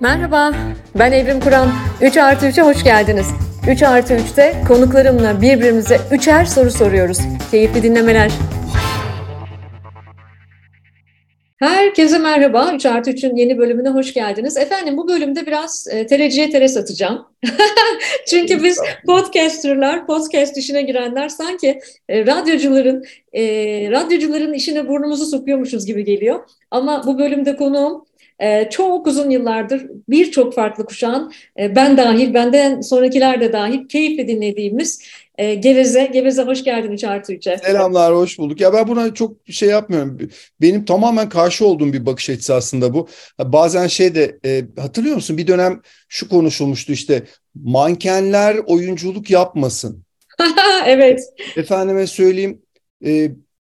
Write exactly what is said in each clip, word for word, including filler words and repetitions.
Merhaba, ben Evrim Kur'an. üç artı üçe hoş geldiniz. üç artı üçte konuklarımla birbirimize üçer soru soruyoruz. Keyifli dinlemeler. Herkese merhaba. üç artı üçün yeni bölümüne hoş geldiniz. Efendim bu bölümde biraz e, tereciye tere satacağım. Çünkü biz podcasterlar, podcast işine girenler sanki e, radyocuların e, radyocuların işine burnumuzu sokuyormuşuz gibi geliyor. Ama bu bölümde konuğum e, çok uzun yıllardır birçok farklı kuşağın, e, ben dahil, benden sonrakiler de dahil keyifle dinlediğimiz e, Geveze. Geveze hoş geldin üç artı üçe. Selamlar, hoş bulduk. Ya ben buna çok şey yapmıyorum. Benim tamamen karşı olduğum bir bakış açısı aslında bu. Bazen şey de e, hatırlıyor musun? Bir dönem şu konuşulmuştu işte mankenler oyunculuk yapmasın. Evet. Efendime söyleyeyim e,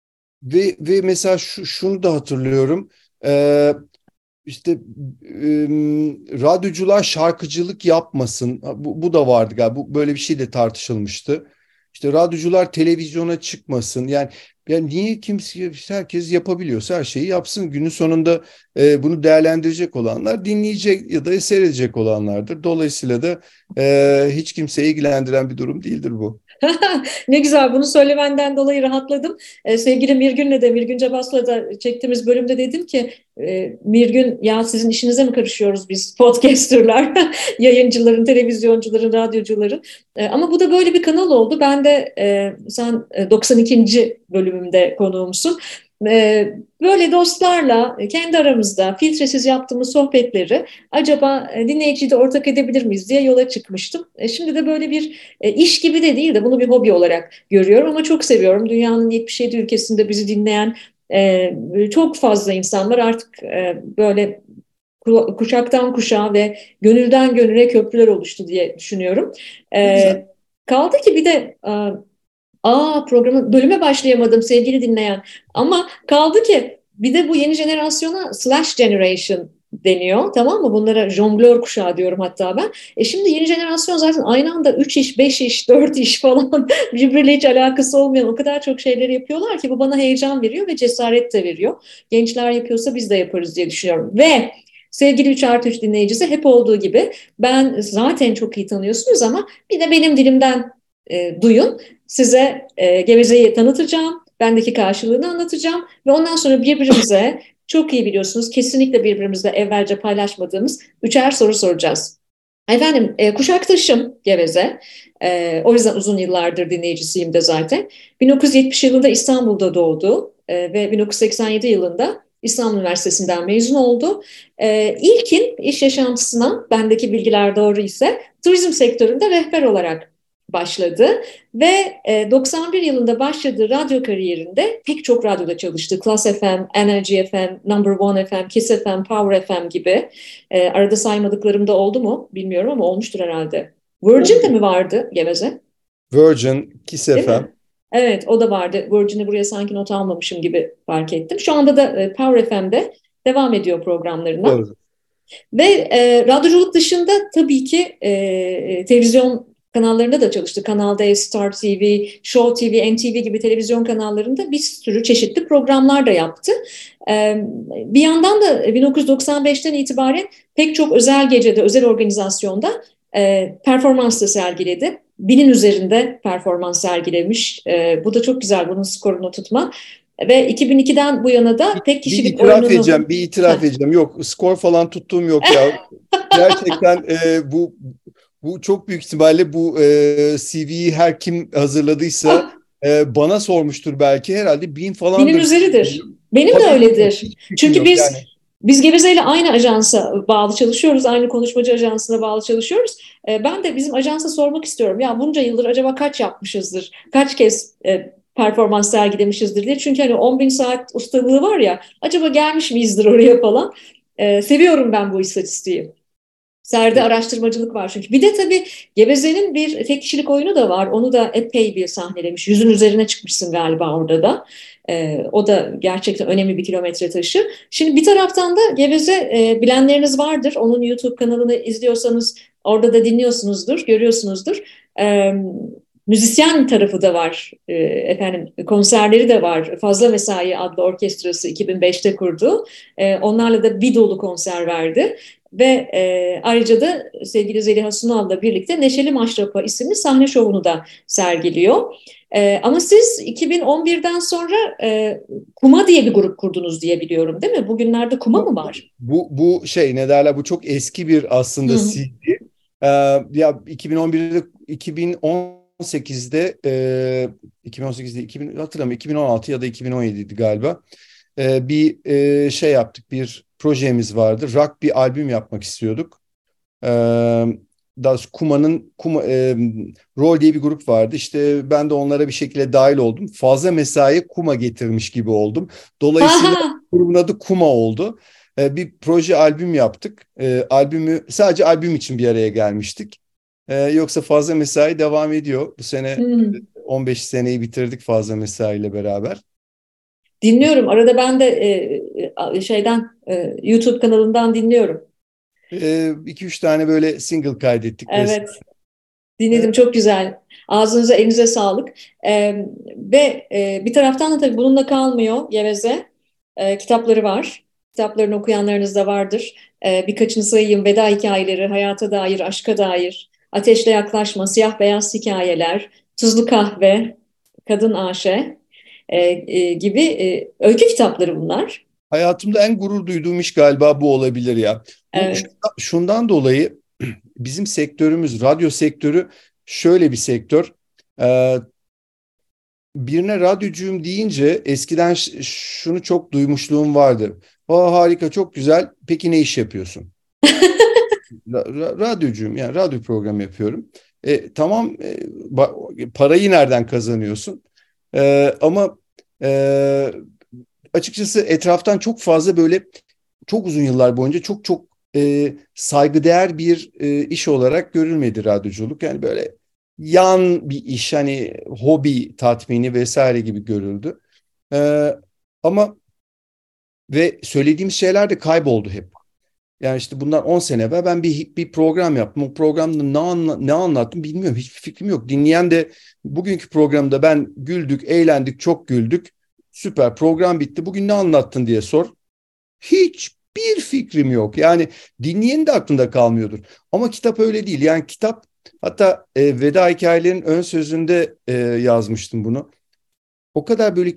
ve ve mesela şu, şunu da hatırlıyorum. E, işte e, radyocular şarkıcılık yapmasın. Bu, bu da vardı galiba. Bu, böyle bir şey de tartışılmıştı. İşte radyocular televizyona çıkmasın. Yani, yani niye kimse, herkes yapabiliyorsa her şeyi yapsın. Günün sonunda e, bunu değerlendirecek olanlar dinleyecek ya da seyredecek olanlardır. Dolayısıyla da e, hiç kimseyi ilgilendiren bir durum değildir bu. Ne güzel, bunu söylemenden dolayı rahatladım. Ee, sevgili Mirgün'le de, Mirgün Cabas'la da çektiğimiz bölümde dedim ki e, Mirgün, ya sizin işinize mi karışıyoruz biz podcasterlar, yayıncıların, televizyoncuların, radyocuların. E, ama bu da böyle bir kanal oldu. Ben de e, sen e, doksan ikinci bölümümde konuğumsun. E, böyle dostlarla e, kendi aramızda filtresiz yaptığımız sohbetleri acaba e, dinleyiciyi de ortak edebilir miyiz diye yola çıkmıştım. E, şimdi de böyle bir e, iş gibi de değil de bunu bir hobi olarak görüyorum ama çok seviyorum. Dünyanın yetmiş yedi ülkesinde bizi dinleyen e, çok fazla insan var. Artık e, böyle kuşaktan kuşağa ve gönülden gönüle köprüler oluştu diye düşünüyorum. Ne güzel. E, kaldı ki bir de e, aa programı bölüme başlayamadım sevgili dinleyen. Ama kaldı ki bir de bu yeni jenerasyona slash generation deniyor. Tamam mı? Bunlara jonglör kuşağı diyorum hatta ben. E şimdi yeni jenerasyon zaten aynı anda üç iş, beş iş, dört iş falan birbiriyle hiç alakası olmayan o kadar çok şeyler yapıyorlar ki bu bana heyecan veriyor ve cesaret de veriyor. Gençler yapıyorsa biz de yaparız diye düşünüyorum. Ve sevgili üç artı üç dinleyicisi, hep olduğu gibi ben zaten çok iyi tanıyorsunuz ama bir de benim dilimden e, duyun. Size e, Geveze'yi tanıtacağım, bendeki karşılığını anlatacağım ve ondan sonra birbirimize, çok iyi biliyorsunuz, kesinlikle birbirimizle evvelce paylaşmadığımız üçer soru soracağız. Efendim, e, kuşaktaşım Geveze, e, o yüzden uzun yıllardır dinleyicisiyim de zaten. bin dokuz yüz yetmiş yılında İstanbul'da doğdu e, ve bin dokuz yüz seksen yedi yılında İstanbul Üniversitesi'nden mezun oldu. E, ilkin iş yaşantısına, bendeki bilgiler doğru ise, turizm sektöründe rehber olarak başladı ve e, doksan bir yılında başladığı radyo kariyerinde pek çok radyoda çalıştı. Class F M, Energy F M, Number One F M, Kiss F M, Power F M gibi. E, arada saymadıklarım da oldu mu bilmiyorum ama olmuştur herhalde. Virgin'de Oluyor. mi vardı Geveze? Virgin, Kiss Değil F M. mi? Evet, o da vardı. Virgin'i buraya sanki not almamışım gibi fark ettim. Şu anda da e, Power F M'de devam ediyor programlarına. Doğru. Ve e, radyoculuk dışında tabii ki e, televizyon kanallarında da çalıştı. Kanal D, Star T V, Show T V, N T V gibi televizyon kanallarında bir sürü çeşitli programlar da yaptı. E, bir yandan da bin dokuz yüz doksan beşten itibaren pek çok özel gecede, özel organizasyonda e, performans da sergiledi. Binin üzerinde performans sergilemiş. E, bu da çok güzel, bunun skorunu tutma. Ve iki bin ikiden bu yana da Bir, tek bir kişilik itiraf oyununu... edeceğim, bir itiraf edeceğim. Yok, skor falan tuttuğum yok ya. Gerçekten e, bu bu çok büyük ihtimalle bu e, C V'yi her kim hazırladıysa e, bana sormuştur belki. Herhalde bin Binin falandır. üzeridir. Benim de Haberim yok, öyledir. hiç fikrim Çünkü yok biz yani. biz Geveze ile aynı ajansa bağlı çalışıyoruz. Aynı konuşmacı ajansına bağlı çalışıyoruz. E, ben de bizim ajansa sormak istiyorum. Ya bunca yıldır acaba kaç yapmışızdır? Kaç kez e, performans sergilemişizdir diye. Çünkü hani on bin saat ustalığı var ya. Acaba gelmiş miyizdir oraya falan. E, seviyorum ben bu istatistiği. Serde araştırmacılık var çünkü. Bir de tabii Geveze'nin bir tek kişilik oyunu da var. Onu da epey bir sahnelemiş. Yüzün üzerine çıkmışsın galiba orada da. Ee, o da gerçekten önemli bir kilometre taşı. Şimdi bir taraftan da Geveze, e, bilenleriniz vardır. Onun YouTube kanalını izliyorsanız orada da dinliyorsunuzdur, görüyorsunuzdur. Ee, müzisyen tarafı da var. Ee, efendim konserleri de var. Fazla Mesai adlı orkestrası iki bin beşte kurdu. Ee, onlarla da bir dolu konser verdi. ve e, ayrıca da sevgili Zeliha Sunal'la birlikte Neşeli Maşrapa isimli sahne şovunu da sergiliyor. E, ama siz iki bin on birden sonra e, Kuma diye bir grup kurdunuz diye biliyorum, değil mi? Bugünlerde Kuma mı Bu, var? bu, bu şey ne derler, bu çok eski bir aslında Hı. C D. Ee, ya iki bin on birde iki bin on sekizde e, iki bin on sekizde iki bin, hatırlamıyorum, iki bin on altı ya da iki bin on yediydi galiba. Ee, bir e, şey yaptık, bir projemiz vardı. Rock bir albüm yapmak istiyorduk. Ee, Daha doğrusu Kuma'nın Kuma, e, Rol diye bir grup vardı. İşte ben de onlara bir şekilde dahil oldum. Fazla mesai Kuma getirmiş gibi oldum. Dolayısıyla grubun adı Kuma oldu. Ee, bir proje albüm yaptık. Ee, albümü sadece albüm için bir araya gelmiştik. Ee, yoksa Fazla Mesai devam ediyor. Bu sene Hı. on beş seneyi bitirdik Fazla Mesai ile beraber. Dinliyorum. Arada ben de e, şeyden e, YouTube kanalından dinliyorum. Ee, iki üç tane böyle single kaydettik vesaire. Evet. Dinledim, çok güzel. Ağzınıza, elinize sağlık. Ee, ve e, bir taraftan da tabii bununla kalmıyor Geveze. Ee, kitapları var. Kitaplarını okuyanlarınız da vardır. Ee, birkaçını sayayım. Veda hikayeleri, hayata dair, aşka dair, ateşle yaklaşma, siyah beyaz hikayeler, tuzlu kahve, kadın aşe e, e, gibi e, öykü kitapları bunlar. Hayatımda en gurur duyduğum iş galiba bu olabilir ya. Bu Evet. şundan, şundan dolayı bizim sektörümüz, radyo sektörü şöyle bir sektör. Ee, Birine radyocuyum deyince eskiden ş- şunu çok duymuşluğum vardı. Aa, harika, çok güzel. Peki ne iş yapıyorsun? Ra- ra- radyocuyum, yani radyo programı yapıyorum. E, tamam, e, ba- parayı nereden kazanıyorsun? E, ama e, açıkçası etraftan çok fazla böyle çok uzun yıllar boyunca çok çok e, saygıdeğer bir e, iş olarak görülmedi radyoculuk. Yani böyle yan bir iş, hani hobi tatmini vesaire gibi görüldü. E, Ama ve söylediğimiz şeyler de kayboldu hep. Yani işte bundan on sene evvel ben bir, bir program yaptım. O programda ne, anla, ne anlattım bilmiyorum. Hiçbir fikrim yok. Dinleyen de bugünkü programda ben güldük, eğlendik, çok güldük. Süper, program bitti. Bugün ne anlattın diye sor. Hiçbir fikrim yok. Yani dinleyenin de aklında kalmıyordur. Ama kitap öyle değil. Yani kitap, hatta e, Veda Hikayelerinin ön sözünde e, yazmıştım bunu. O kadar böyle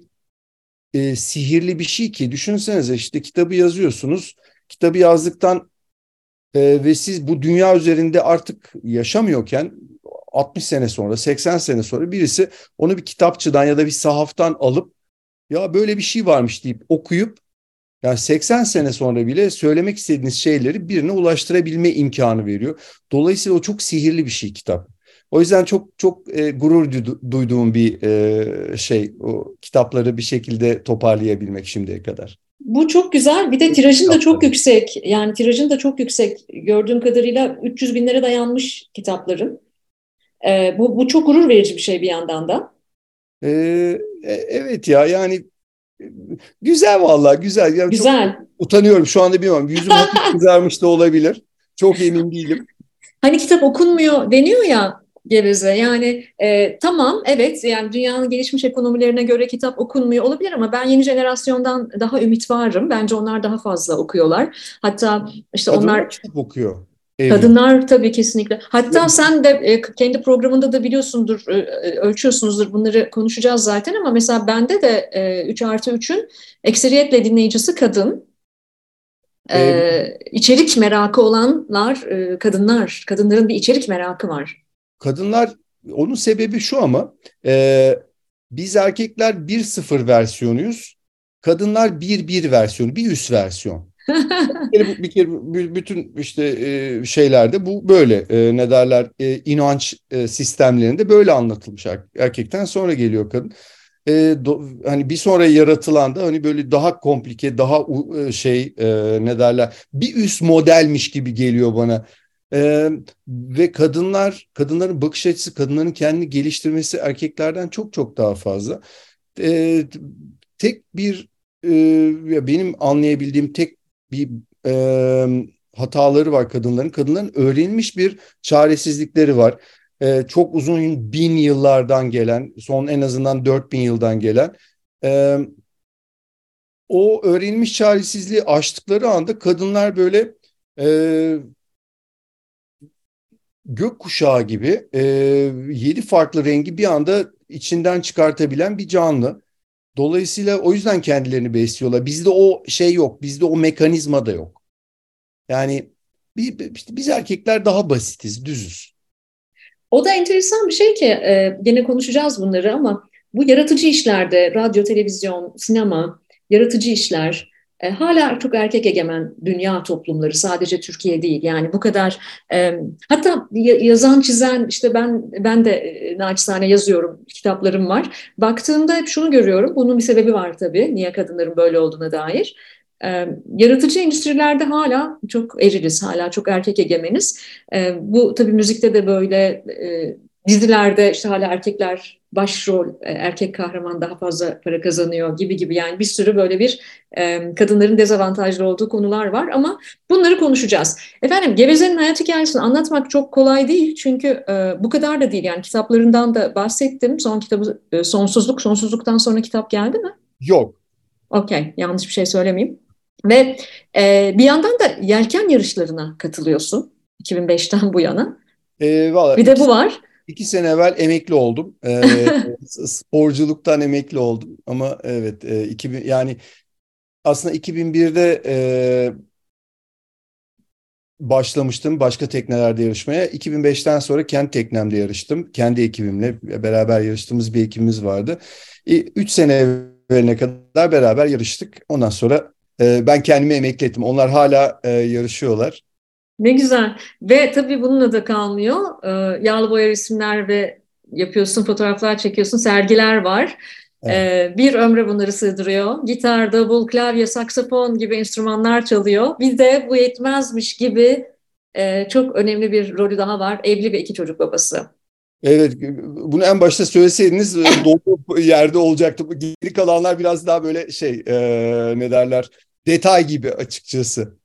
e, sihirli bir şey ki, düşünsenize, işte kitabı yazıyorsunuz. Kitabı yazdıktan e, ve siz bu dünya üzerinde artık yaşamıyorken altmış sene sonra, seksen sene sonra birisi onu bir kitapçıdan ya da bir sahaftan alıp ya böyle bir şey varmış deyip okuyup, yani seksen sene sonra bile söylemek istediğiniz şeyleri birine ulaştırabilme imkanı veriyor. Dolayısıyla o çok sihirli bir şey, kitap. O yüzden çok çok e, gurur duyduğum bir e, şey, o kitapları bir şekilde toparlayabilmek şimdiye kadar. Bu çok güzel. Bir de tirajın da çok yüksek. Yani tirajın da çok yüksek. Gördüğüm kadarıyla üç yüz binlere dayanmış kitapların. Ee, bu, bu çok gurur verici bir şey bir yandan da. Ee, e, evet ya, yani e, güzel, vallahi güzel. Yani çok Güzel. utanıyorum şu anda, bilmiyorum. Yüzüm hafif kızarmış da olabilir. Çok emin değilim. Hani kitap okunmuyor deniyor ya Geveze. Yani e, tamam, evet, yani dünyanın gelişmiş ekonomilerine göre kitap okunmuyor olabilir ama ben yeni jenerasyondan daha ümit varım. Bence onlar daha fazla okuyorlar. Hatta işte Kadınlar onlar. kitap okuyor Evrim. Kadınlar tabii, kesinlikle. Hatta sen de e, kendi programında da biliyorsundur, e, e, ölçüyorsunuzdur, bunları konuşacağız zaten ama mesela bende de e, üç artı üçün ekseriyetle dinleyicisi kadın. Ee, E, içerik merakı olanlar e, kadınlar. Kadınların bir içerik merakı var. Kadınlar, onun sebebi şu ama e, biz erkekler bir sıfır versiyonuyuz. Kadınlar bir bir versiyonu, bir üst versiyon. Bir kere, bu- bir kere bu- bütün işte e, şeylerde bu böyle, e, ne derler, e, inanç e, sistemlerinde böyle anlatılmış. Er- erkekten sonra geliyor kadın. E, do- hani bir sonra yaratılan da hani böyle daha komplike, daha u- e, şey, e, ne derler, bir üst modelmiş gibi geliyor bana. E, Ve kadınlar, kadınların bakış açısı, kadınların kendini geliştirmesi erkeklerden çok çok daha fazla. E, Tek bir e, ya benim anlayabildiğim tek bir e, hataları var kadınların. Kadınların öğrenilmiş bir çaresizlikleri var. E, çok uzun bin yıllardan gelen, son en azından dört bin yıldan gelen. E, O öğrenilmiş çaresizliği aştıkları anda kadınlar böyle Ee, Gökkuşağı gibi e, yedi farklı rengi bir anda içinden çıkartabilen bir canlı. Dolayısıyla o yüzden kendilerini besliyorlar. Bizde o şey yok, bizde o mekanizma da yok. Yani bir, işte biz erkekler daha basitiz, düzüz. O da enteresan bir şey ki e, gene konuşacağız bunları ama bu yaratıcı işlerde radyo, televizyon, sinema, yaratıcı işler e, hala çok erkek egemen dünya toplumları, sadece Türkiye değil. Yani bu kadar e, hatta yazan çizen işte ben ben de e, naçizane yazıyorum, kitaplarım var. Baktığımda hep şunu görüyorum. Bunun bir sebebi var tabii. Niye kadınların böyle olduğuna dair. E, Yaratıcı endüstrilerde hala çok eriliz, hala çok erkek egemeniz. E, bu tabii müzikte de böyle, e, dizilerde işte hala erkekler başrol, e, erkek kahraman daha fazla para kazanıyor gibi gibi, yani bir sürü böyle bir e, kadınların dezavantajlı olduğu konular var ama bunları konuşacağız. Efendim, Geveze'nin hayat hikayesini anlatmak çok kolay değil çünkü e, bu kadar da değil, yani kitaplarından da bahsettim. Son kitabı e, Sonsuzluk, Sonsuzluktan sonra kitap geldi mi? Yok. Okey, yanlış bir şey söylemeyeyim. Ve e, bir yandan da yelken yarışlarına katılıyorsun iki bin beşten bu yana. E, valla Bir de iki, bu var. iki sene evvel emekli oldum. E, sporculuktan emekli oldum. Ama evet, e, iki bin, yani aslında iki bin birde e, başlamıştım başka teknelerde yarışmaya. iki bin beşten sonra kendi teknemde yarıştım. Kendi ekibimle beraber yarıştığımız bir ekibimiz vardı. Üç sene evveline kadar beraber yarıştık. Ondan sonra e, ben kendimi emekli ettim. Onlar hala e, yarışıyorlar. Ne güzel. Ve tabii bununla da kalmıyor. Ee, yağlı boya resimler ve yapıyorsun, fotoğraflar çekiyorsun, sergiler var. Evet. Ee, bir ömre bunları sığdırıyor. Gitar, davul, klavye, saksafon gibi enstrümanlar çalıyor. Bir de bu yetmezmiş gibi e, çok önemli bir rolü daha var. Evli ve iki çocuk babası. Evet, bunu en başta söyleseydiniz e, doğru yerde olacaktı. Geri kalanlar biraz daha böyle şey, e, ne derler, detay gibi açıkçası.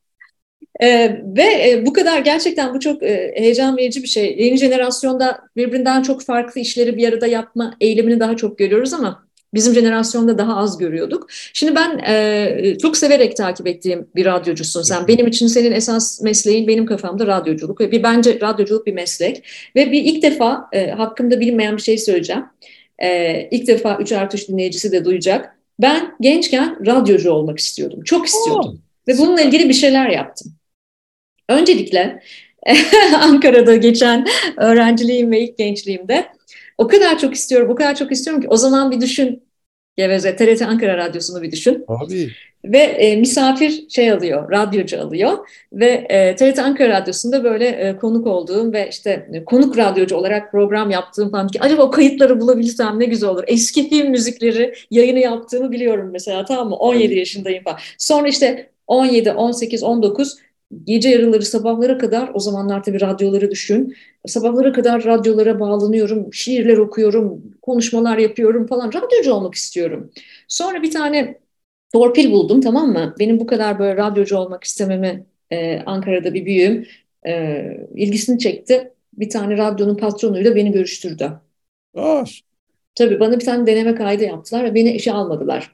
Ee, ve e, bu kadar, gerçekten bu çok e, heyecan verici bir şey. Yeni jenerasyonda birbirinden çok farklı işleri bir arada yapma eğilimini daha çok görüyoruz ama bizim jenerasyonda daha az görüyorduk. Şimdi ben e, çok severek takip ettiğim bir radyocusun sen. Benim için senin esas mesleğin benim kafamda radyoculuk ve bir, bence radyoculuk bir meslek. Ve bir ilk defa e, hakkımda bilinmeyen bir şey söyleyeceğim. E, ilk defa üç artı üç dinleyicisi de duyacak. Ben gençken radyocu olmak istiyordum. Çok Aa, istiyordum. Ve bununla süper. ilgili bir şeyler yaptım. Öncelikle Ankara'da geçen öğrenciliğim ve ilk gençliğimde o kadar çok istiyorum, o kadar çok istiyorum ki o zaman bir düşün, Geveze, T R T Ankara Radyosu'nu bir düşün. Abi. Ve e, misafir şey alıyor, radyocu alıyor ve e, T R T Ankara Radyosu'nda böyle e, konuk olduğum ve işte e, konuk radyocu olarak program yaptığım falan, ki acaba o kayıtları bulabilsem ne güzel olur. Eski film müzikleri yayını yaptığımı biliyorum mesela, tamam mı? on yedi Abi. yaşındayım falan. Sonra işte on yedi, on sekiz, on dokuz, gece yarıları sabahlara kadar, o zamanlar tabii radyoları düşün. Sabahlara kadar radyolara bağlanıyorum, şiirler okuyorum, konuşmalar yapıyorum falan. Radyocu olmak istiyorum. Sonra bir tane torpil buldum, tamam mı? Benim bu kadar böyle radyocu olmak istememi e, Ankara'da bir büyüğüm e, ilgisini çekti. Bir tane radyonun patronuyla beni görüştürdü. Aa, Tabii bana bir tane deneme kaydı yaptılar ve beni işe almadılar.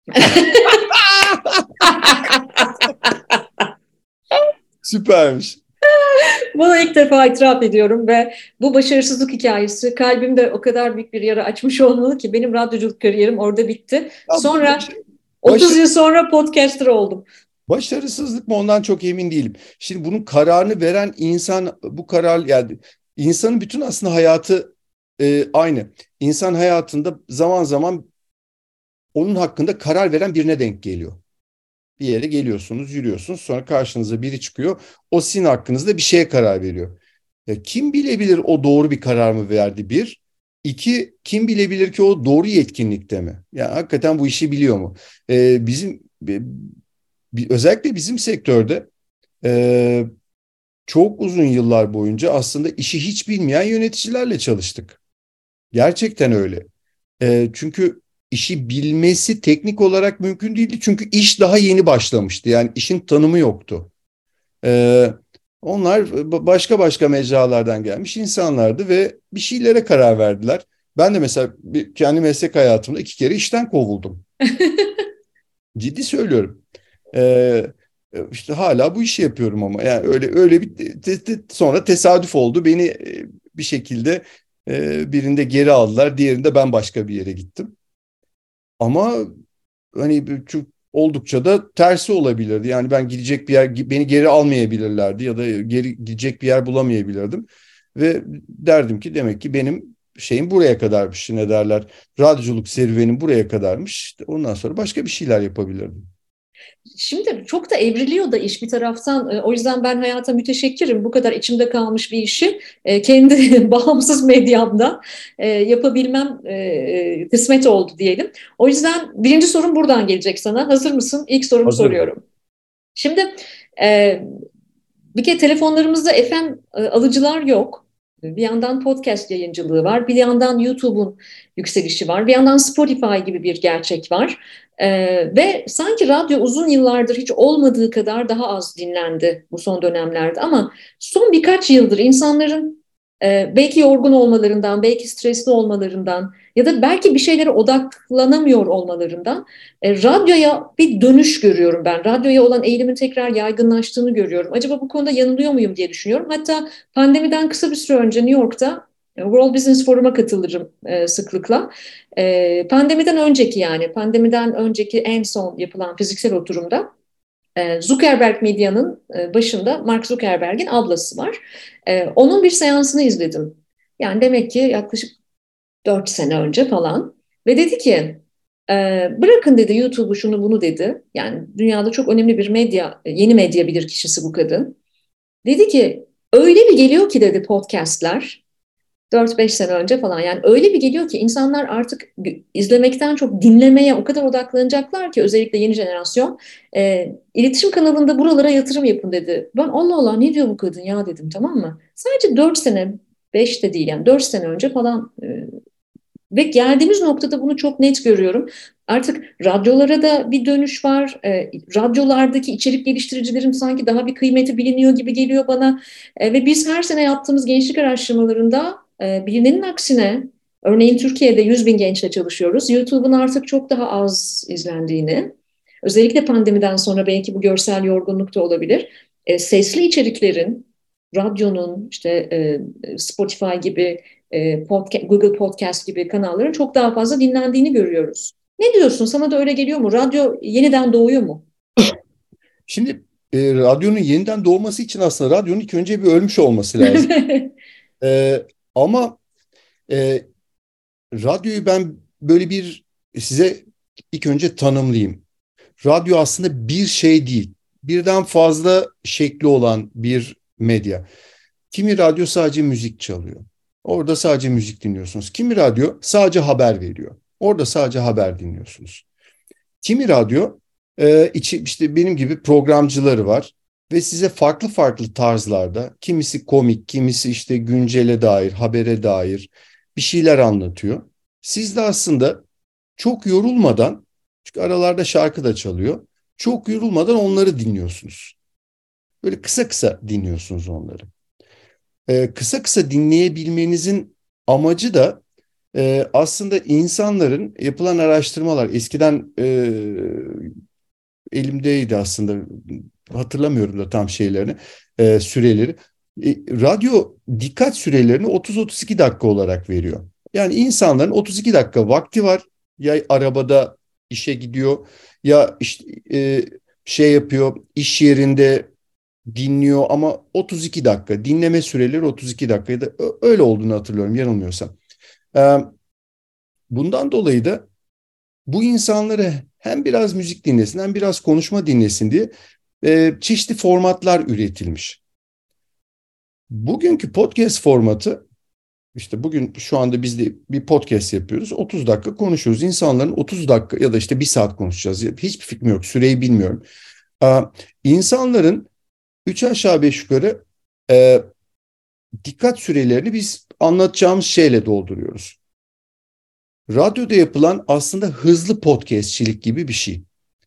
süpermiş. Bunu ilk defa itiraf ediyorum ve bu başarısızlık hikayesi kalbimde o kadar büyük bir yara açmış olmalı ki benim radyoculuk kariyerim orada bitti. Ya, Sonra baş, otuz yıl sonra podcaster oldum. başarısızlık mı, ondan çok emin değilim. Şimdi bunun kararını veren insan, bu karar, yani insanın bütün aslında hayatı e, aynı. İnsan hayatında zaman zaman onun hakkında karar veren birine denk geliyor. Bir yere geliyorsunuz, yürüyorsunuz, sonra karşınıza biri çıkıyor. O sizin hakkınızda bir şeye karar veriyor. Ya kim bilebilir o doğru bir karar mı verdi, bir. İki, kim bilebilir ki o doğru yetkinlikte mi? Yani hakikaten bu işi biliyor mu? Ee, bizim özellikle bizim sektörde e, çok uzun yıllar boyunca aslında işi hiç bilmeyen yöneticilerle çalıştık. Gerçekten öyle. E, çünkü işi bilmesi teknik olarak mümkün değildi. Çünkü iş daha yeni başlamıştı. Yani işin tanımı yoktu. E, Onlar başka başka mecralardan gelmiş insanlardı ve bir şeylere karar verdiler. Ben de mesela bir, kendi meslek hayatımda iki kere işten kovuldum. Ciddi söylüyorum. E, E, İşte hala bu işi yapıyorum ama yani öyle öyle bir te, te, sonra tesadüf oldu. Beni e, bir şekilde e, birinde geri aldılar, diğerinde ben başka bir yere gittim. Ama hani çok oldukça da tersi olabilirdi. Yani ben gidecek bir yer, beni geri almayabilirlerdi ya da geri gidecek bir yer bulamayabilirdim. Ve derdim ki demek ki benim şeyim buraya kadarmış, ne derler, radyoculuk serüvenim buraya kadarmış. İşte ondan sonra başka bir şeyler yapabilirdim. Şimdi çok da evriliyor da iş bir taraftan. E, O yüzden ben hayata müteşekkirim. Bu kadar içimde kalmış bir işi e, kendi bağımsız medyamda e, yapabilmem e, e, kısmet oldu diyelim. O yüzden birinci sorum buradan gelecek sana. Hazır mısın? İlk sorumu Hazırım. soruyorum. Şimdi e, bir kere telefonlarımızda F M e, alıcılar yok. Bir yandan podcast yayıncılığı var, bir yandan YouTube'un yükselişi var, bir yandan Spotify gibi bir gerçek var. Ee, ve sanki radyo uzun yıllardır hiç olmadığı kadar daha az dinlendi bu son dönemlerde. Ama son birkaç yıldır insanların e, belki yorgun olmalarından, belki stresli olmalarından ya da belki bir şeylere odaklanamıyor olmalarından e, radyoya bir dönüş görüyorum ben. Radyoya olan eğilimin tekrar yaygınlaştığını görüyorum. Acaba bu konuda yanılıyor muyum diye düşünüyorum. Hatta pandemiden kısa bir süre önce New York'ta e, World Business Forum'a katılırım e, sıklıkla. E, pandemiden önceki yani pandemiden önceki en son yapılan fiziksel oturumda e, Zuckerberg Medya'nın e, başında Mark Zuckerberg'in ablası var. E, onun bir seansını izledim. Yani demek ki yaklaşık dört sene önce falan. Ve dedi ki e, bırakın dedi YouTube'u şunu bunu dedi. Yani dünyada çok önemli bir medya, yeni medya bilir kişisi bu kadın. Dedi ki öyle bir geliyor ki dedi podcastler dört beş sene önce falan yani öyle bir geliyor ki insanlar artık izlemekten çok dinlemeye o kadar odaklanacaklar ki özellikle yeni jenerasyon e, iletişim kanalında buralara yatırım yapın dedi. Ben Allah Allah ne diyor bu kadın ya dedim tamam mı? Sadece dört sene beş de değil yani dört sene önce falan e, ve geldiğimiz noktada bunu çok net görüyorum. Artık radyolara da bir dönüş var. E, radyolardaki içerik geliştiricilerin sanki daha bir kıymeti biliniyor gibi geliyor bana. E, ve biz her sene yaptığımız gençlik araştırmalarında e, bilinenin aksine, örneğin Türkiye'de yüz bin gençle çalışıyoruz. YouTube'un artık çok daha az izlendiğini, özellikle pandemiden sonra belki bu görsel yorgunluk da olabilir. E, sesli içeriklerin, radyonun, işte e, Spotify gibi e, podcast, Google Podcast gibi kanalların çok daha fazla dinlendiğini görüyoruz. Ne diyorsun? Sana da öyle geliyor mu? Radyo yeniden doğuyor mu? Şimdi e, radyonun yeniden doğması için aslında radyonun ilk önce bir ölmüş olması lazım. E, ama e, radyoyu ben böyle bir size ilk önce tanımlayayım. Radyo aslında bir şey değil. Birden fazla şekli olan bir medya. Kimi radyo sadece müzik çalıyor. Orada sadece müzik dinliyorsunuz. Kimi radyo sadece haber veriyor. Orada sadece haber dinliyorsunuz. Kimi radyo e, içi, işte benim gibi programcıları var ve size farklı farklı tarzlarda, kimisi komik, kimisi işte güncele dair, habere dair bir şeyler anlatıyor. Siz de aslında çok yorulmadan, çünkü aralarda şarkı da çalıyor, çok yorulmadan onları dinliyorsunuz. Böyle kısa kısa dinliyorsunuz onları. E, kısa kısa dinleyebilmenizin amacı da e, aslında insanların yapılan araştırmalar, eskiden e, elimdeydi aslında, hatırlamıyorum da tam şeylerini, e, süreleri. E, radyo dikkat sürelerini otuz otuz iki dakika olarak veriyor. Yani insanların otuz iki dakika vakti var. Ya arabada işe gidiyor ya işte e, şey yapıyor, iş yerinde dinliyor ama otuz iki dakika dinleme süreleri, otuz iki dakika ya da öyle olduğunu hatırlıyorum yanılmıyorsam. E, bundan dolayı da bu insanları hem biraz müzik dinlesin hem biraz konuşma dinlesin diye e, çeşitli formatlar üretilmiş. Bugünkü podcast formatı, işte bugün şu anda biz de bir podcast yapıyoruz. otuz dakika konuşuyoruz. İnsanların otuz dakika ya da işte bir saat konuşacağız. Hiçbir fikrim yok. Süreyi bilmiyorum. Aa, insanların üç aşağı beş yukarı e, dikkat sürelerini biz anlatacağımız şeyle dolduruyoruz. Radyoda yapılan aslında hızlı podcastçilik gibi bir şey.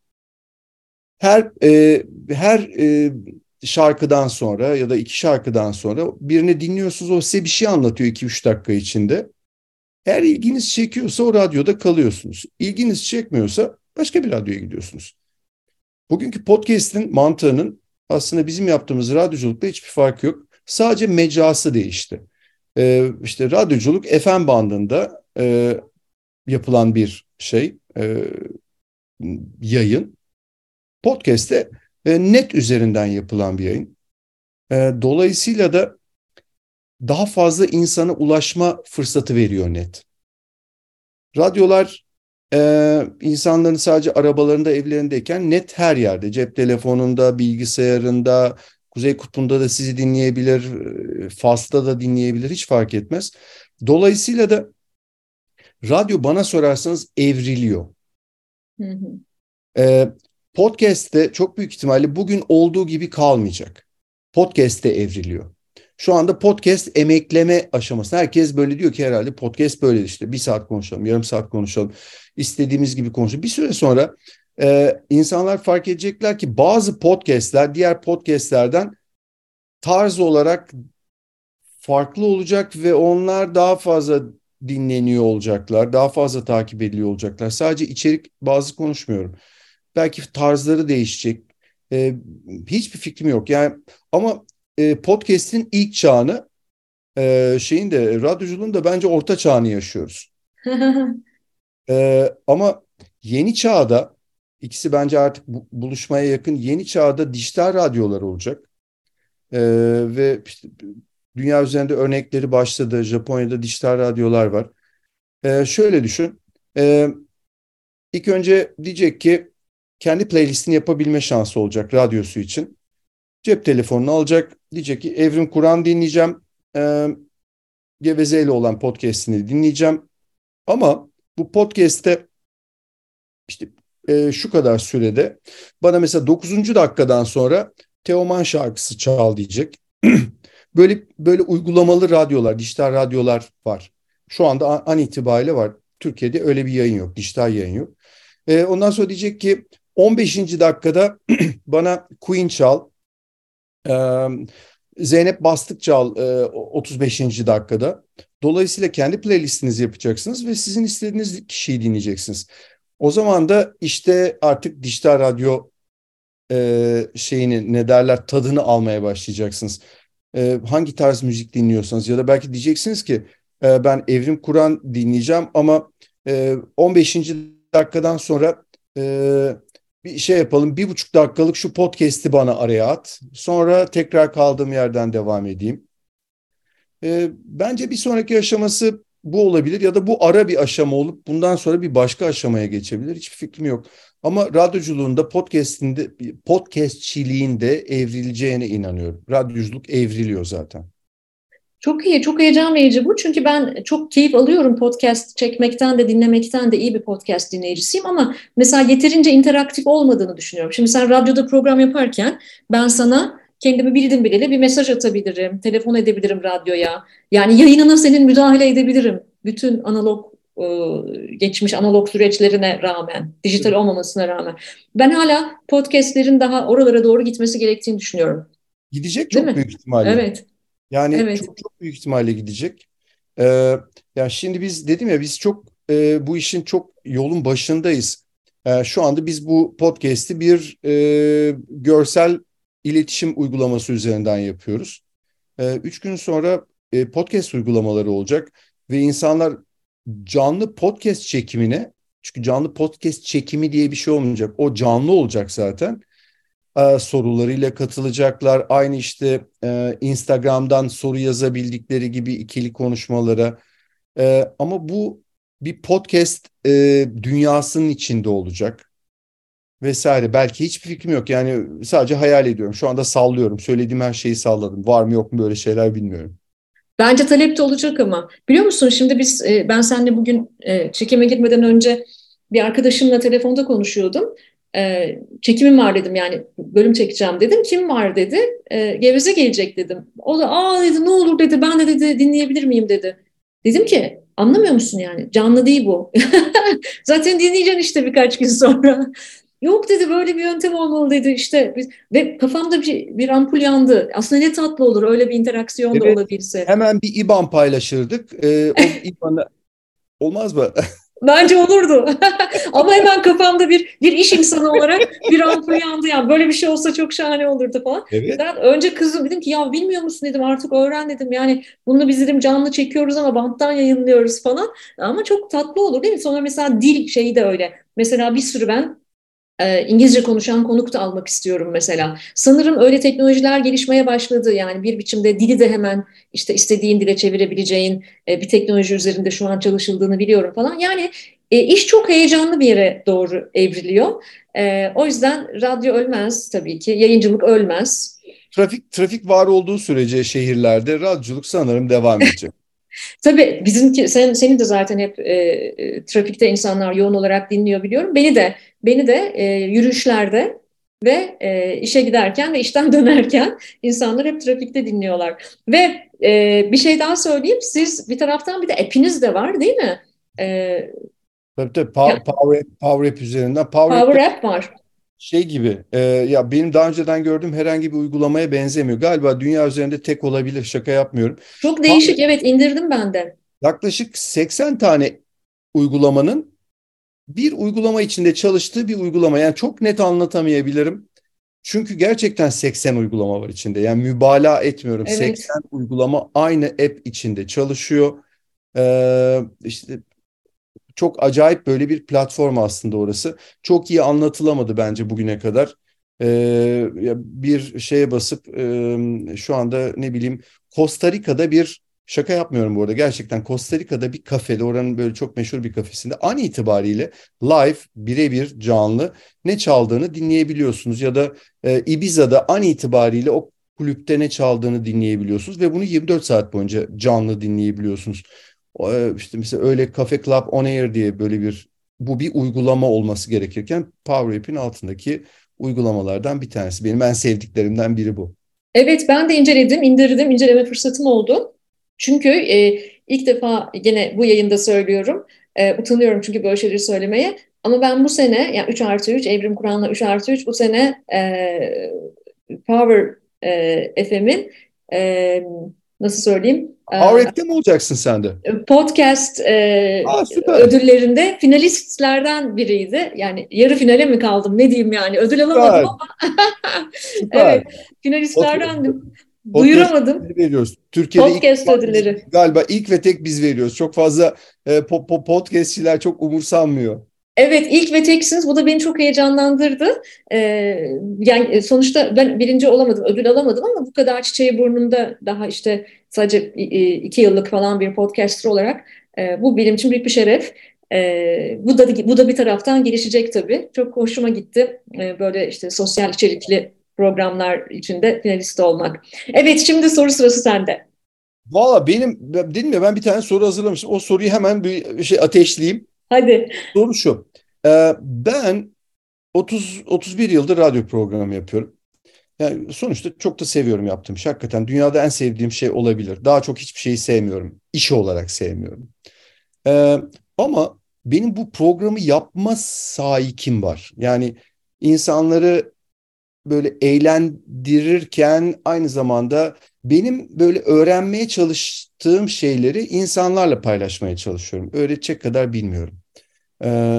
Her e, her e, şarkıdan sonra ya da iki şarkıdan sonra birini dinliyorsunuz, o size bir şey anlatıyor iki üç dakika içinde. Eğer ilginiz çekiyorsa o radyoda kalıyorsunuz. İlginiz çekmiyorsa başka bir radyoya gidiyorsunuz. Bugünkü podcast'in mantığının aslında bizim yaptığımız radyoculukta hiçbir farkı yok. Sadece mecrası değişti. Ee, işte radyoculuk F M bandında e, yapılan bir şey, e, yayın. Podcast'te e, net üzerinden yapılan bir yayın. E, dolayısıyla da daha fazla insana ulaşma fırsatı veriyor net. Radyolar e, insanların sadece arabalarında, evlerindeyken net her yerde, cep telefonunda, bilgisayarında, Kuzey Kutbu'nda da sizi dinleyebilir, e, Fas'ta da dinleyebilir, hiç fark etmez. Dolayısıyla da radyo bana sorarsanız evriliyor. Hı hı. E, Podcast'te çok büyük ihtimalle bugün olduğu gibi kalmayacak. Podcast'te evriliyor. Şu anda podcast emekleme aşaması. Herkes böyle diyor ki herhalde podcast böyle işte. Bir saat konuşalım, yarım saat konuşalım. İstediğimiz gibi konuşalım. Bir süre sonra e, insanlar fark edecekler ki bazı podcastler diğer podcastlerden tarz olarak farklı olacak ve onlar daha fazla dinleniyor olacaklar. Daha fazla takip ediliyor olacaklar. Sadece içerik bazı konuşmuyorum. Belki tarzları değişecek. E, hiçbir fikrim yok. Yani ama e, podcast'in ilk çağını e, şeyin de radyoculuğun da bence orta çağını yaşıyoruz. E, ama yeni çağda ikisi bence artık bu, buluşmaya yakın yeni çağda dijital radyolar olacak. E, ve işte, dünya üzerinde örnekleri başladı. Japonya'da dijital radyolar var. E, şöyle düşün. E, ilk önce diyecek ki kendi playlistini yapabilme şansı olacak radyosu için. Cep telefonunu alacak. Diyecek ki Evrim Kur'an dinleyeceğim. E, Geveze ile olan podcast'ini dinleyeceğim. Ama bu podcast'te işte e, şu kadar sürede bana mesela dokuzuncu dakikadan sonra Teoman şarkısı çal diyecek. Böyle böyle uygulamalı radyolar, dijital radyolar var. Şu anda an, an itibariyle var. Türkiye'de öyle bir yayın yok, dijital yayın yok. E, ondan sonra diyecek ki on beşinci dakikada bana Queen çal. E, Zeynep Bastık çal e, otuz beşinci dakikada. Dolayısıyla kendi playlistinizi yapacaksınız ve sizin istediğiniz kişiyi dinleyeceksiniz. O zaman da işte artık dijital radyo e, şeyini ne derler tadını almaya başlayacaksınız. E, hangi tarz müzik dinliyorsanız ya da belki diyeceksiniz ki e, ben Evrim Kur'an dinleyeceğim ama e, on beşinci dakikadan sonra e, bir şey yapalım. Bir buçuk dakikalık şu podcast'i bana araya at. Sonra tekrar kaldığım yerden devam edeyim. E, bence bir sonraki aşaması bu olabilir ya da bu ara bir aşama olup bundan sonra bir başka aşamaya geçebilir. Hiçbir fikrim yok. Ama radyoculuğunda, podcast'inde, podcastçiliğinde evrileceğine inanıyorum. Radyoculuk evriliyor zaten. Çok iyi, çok heyecan verici bu. Çünkü ben çok keyif alıyorum podcast çekmekten de dinlemekten de iyi bir podcast dinleyicisiyim ama mesela yeterince interaktif olmadığını düşünüyorum. Şimdi sen radyoda program yaparken ben sana kendimi bildim bileli bir mesaj atabilirim, telefon edebilirim radyoya. Yani yayınına senin müdahale edebilirim. Bütün analog e, geçmiş analog süreçlerine rağmen, dijital Evet. olmamasına rağmen. Ben hala podcastlerin daha oralara doğru gitmesi gerektiğini düşünüyorum. Gidecek Değil çok mi? büyük ihtimalle. Evet, Yani evet. çok çok büyük ihtimalle gidecek. Ee, yani şimdi biz dedim ya biz çok e, bu işin çok yolun başındayız. Ee, şu anda biz bu podcast'i bir e, görsel iletişim uygulaması üzerinden yapıyoruz. Ee, üç gün sonra e, podcast uygulamaları olacak ve insanlar canlı podcast çekimine çünkü canlı podcast çekimi diye bir şey olmayacak. O canlı olacak zaten e, sorularıyla katılacaklar. Aynı işte e, Instagram'dan soru yazabildikleri gibi ikili konuşmalara. E, ama bu bir podcast e, dünyasının içinde olacak vesaire. Belki hiçbir fikrim yok. Yani sadece hayal ediyorum. Şu anda sallıyorum. Söylediğim her şeyi salladım. Var mı yok mu böyle şeyler bilmiyorum. Bence talep de olacak ama. Biliyor musun şimdi biz e, ben seninle bugün e, çekime girmeden önce bir arkadaşımla telefonda konuşuyordum. E, çekimim var dedim yani bölüm çekeceğim dedim. Kim var dedi. E, Geveze gelecek dedim. O da aa dedi ne olur dedi ben de dedi dinleyebilir miyim dedi. Dedim ki anlamıyor musun yani canlı değil bu. Zaten dinleyeceksin işte birkaç gün sonra. Yok dedi böyle bir yöntem olmalı dedi işte biz, ve kafamda bir, bir ampul yandı. Aslında ne tatlı olur öyle bir interaksiyon da Evet. olabilse. Hemen bir IBAN paylaşırdık. E, o IBAN'ı olmaz mı? Bence olurdu. Ama hemen kafamda bir bir iş insanı olarak bir ampul yandı. Yani böyle bir şey olsa çok şahane olurdu falan. Evet. Ben önce kızım dedim ki ya bilmiyor musun dedim artık öğren dedim. Yani bunu biz dedim canlı çekiyoruz ama banttan yayınlıyoruz falan. Ama çok tatlı olur değil mi? Sonra mesela dil şeyi de öyle. Mesela bir sürü ben e, İngilizce konuşan konuk da almak istiyorum mesela. Sanırım öyle teknolojiler gelişmeye başladı. Yani bir biçimde dili de hemen işte istediğin dile çevirebileceğin e, bir teknoloji üzerinde şu an çalışıldığını biliyorum falan. Yani e, iş çok heyecanlı bir yere doğru evriliyor. E, o yüzden radyo ölmez tabii ki, yayıncılık ölmez. Trafik trafik var olduğu sürece şehirlerde radyoculuk sanırım devam edecek. Tabii bizimki sen senin de zaten hep e, e, trafikte insanlar yoğun olarak dinliyor biliyorum. Beni de beni de e, yürüyüşlerde ve e, işe giderken ve işten dönerken insanlar hep trafikte dinliyorlar. Ve e, bir şey daha söyleyeyim. Siz bir taraftan bir de app'iniz de var değil mi? E, Tabii tabii yani Pa- Power App, Power App üzerinden. Power Power App'te App var. şey gibi e, ya benim daha önceden gördüğüm herhangi bir uygulamaya benzemiyor. Galiba dünya üzerinde tek olabilir. Şaka yapmıyorum. Çok Power değişik. Evet indirdim ben de. yaklaşık seksen tane uygulamanın bir uygulama içinde çalıştığı bir uygulama. Yani çok net anlatamayabilirim. Çünkü gerçekten seksen uygulama var içinde. Yani mübalağa etmiyorum. Evet. seksen uygulama aynı app içinde çalışıyor. Ee, işte çok acayip böyle bir platform aslında orası. Çok iyi anlatılamadı bence bugüne kadar. Ee, bir şeye basıp e, şu anda ne bileyim Costa Rica'da bir şaka yapmıyorum bu arada. Gerçekten Costa Rica'da bir kafede oranın böyle çok meşhur bir kafesinde an itibariyle live birebir canlı ne çaldığını dinleyebiliyorsunuz. Ya da e, Ibiza'da an itibariyle o kulüpte ne çaldığını dinleyebiliyorsunuz ve bunu yirmi dört saat boyunca canlı dinleyebiliyorsunuz. O, işte mesela öyle Cafe Club On Air diye böyle bir bu bir uygulama olması gerekirken Power App'in altındaki uygulamalardan bir tanesi. Benim en sevdiklerimden biri bu. Evet ben de inceledim, indirdim, inceleme fırsatım oldu. Çünkü e, ilk defa gene bu yayında söylüyorum. E, utanıyorum çünkü böyle şeyleri söylemeye. Ama ben bu sene, yani üç artı üç, Evrim Kur'an'la üç artı üç bu sene e, Power e, F M'in e, nasıl söyleyeyim? E, Power App'te mi olacaksın sen de? podcast e, Aa, süper. ödüllerinde finalistlerden biriydi. Yani yarı finale mi kaldım ne diyeyim yani ödül alamadım Süper. ama Süper. evet Podcast, finalistlerdendim. podcast Duyuramadım. ödülleri veriyoruz. Türkiye'de ilk Podcast defa biz, ödülleri. galiba ilk ve tek biz veriyoruz. Çok fazla e, po- po- podcastçiler çok umursanmıyor. Evet ilk ve teksiniz. Bu da beni çok heyecanlandırdı. Ee, yani sonuçta ben birinci olamadım, ödül alamadım ama bu kadar çiçeği burnumda daha işte sadece iki yıllık falan bir podcaster olarak e, bu benim için büyük bir şeref. E, bu da bu da bir taraftan gelişecek tabii. Çok hoşuma gitti. E, böyle işte sosyal içerikli programlar içinde finalist olmak. Evet şimdi soru sırası sende. Valla benim dedim ya ben bir tane soru hazırlamıştım. O soruyu hemen bir şey ateşleyeyim. Hadi. Soru şu. Ee, ben otuz otuz bir yıldır radyo programı yapıyorum. Yani sonuçta çok da seviyorum yaptığım şey. Hakikaten dünyada en sevdiğim şey olabilir. Daha çok hiçbir şeyi sevmiyorum. İş olarak sevmiyorum. Ee, ama benim bu programı yapma saikim var. Yani insanları böyle eğlendirirken aynı zamanda benim böyle öğrenmeye çalıştığım şeyleri insanlarla paylaşmaya çalışıyorum. Öğretecek kadar bilmiyorum. Ee,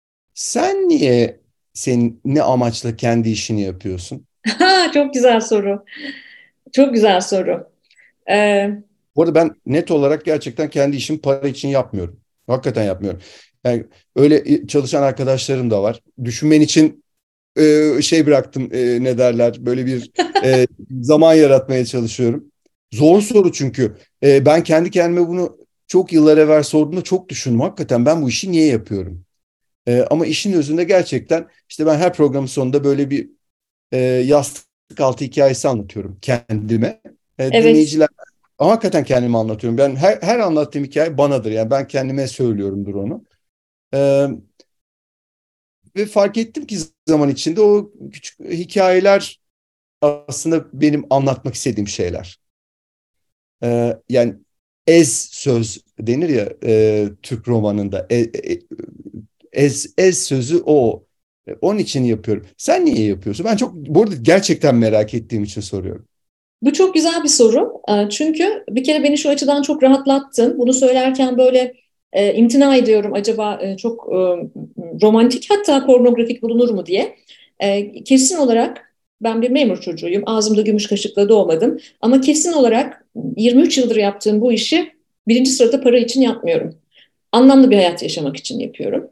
sen niye sen ne amaçla kendi işini yapıyorsun? Ha, çok güzel soru. Çok güzel soru. Ee, Bu arada ben net olarak gerçekten kendi işimi para için yapmıyorum. Hakikaten yapmıyorum. Yani öyle çalışan arkadaşlarım da var. Düşünmen için e, şey bıraktım e, ne derler böyle bir e, zaman yaratmaya çalışıyorum. Zor soru çünkü. E, ben kendi kendime bunu çok yıllar evvel sorduğumda çok düşündüm. Hakikaten ben bu işi niye yapıyorum? E, ama işin özünde gerçekten işte ben her programın sonunda böyle bir e, yastık altı hikayesi anlatıyorum kendime. E, evet. dinleyiciler ama hakikaten kendime anlatıyorum. Ben her, her anlattığım hikaye banadır. Yani ben kendime söylüyorumdur onu. E, ve fark ettim ki zaman içinde o küçük hikayeler aslında benim anlatmak istediğim şeyler. E, yani ez söz denir ya e, Türk romanında. E, e, ez, ez sözü o. E, Onun için yapıyorum. Sen niye yapıyorsun? Ben çok bu arada gerçekten merak ettiğim için soruyorum. Bu çok güzel bir soru. Ee, Çünkü bir kere beni şu açıdan çok rahatlattın. Bunu söylerken böyle E, imtina ediyorum acaba e, çok e, romantik hatta pornografik bulunur mu diye. E, kesin olarak ben bir memur çocuğuyum. Ağzımda gümüş kaşıkla doğmadım. Ama kesin olarak yirmi üç yıldır yaptığım bu işi birinci sırada para için yapmıyorum. Anlamlı bir hayat yaşamak için yapıyorum.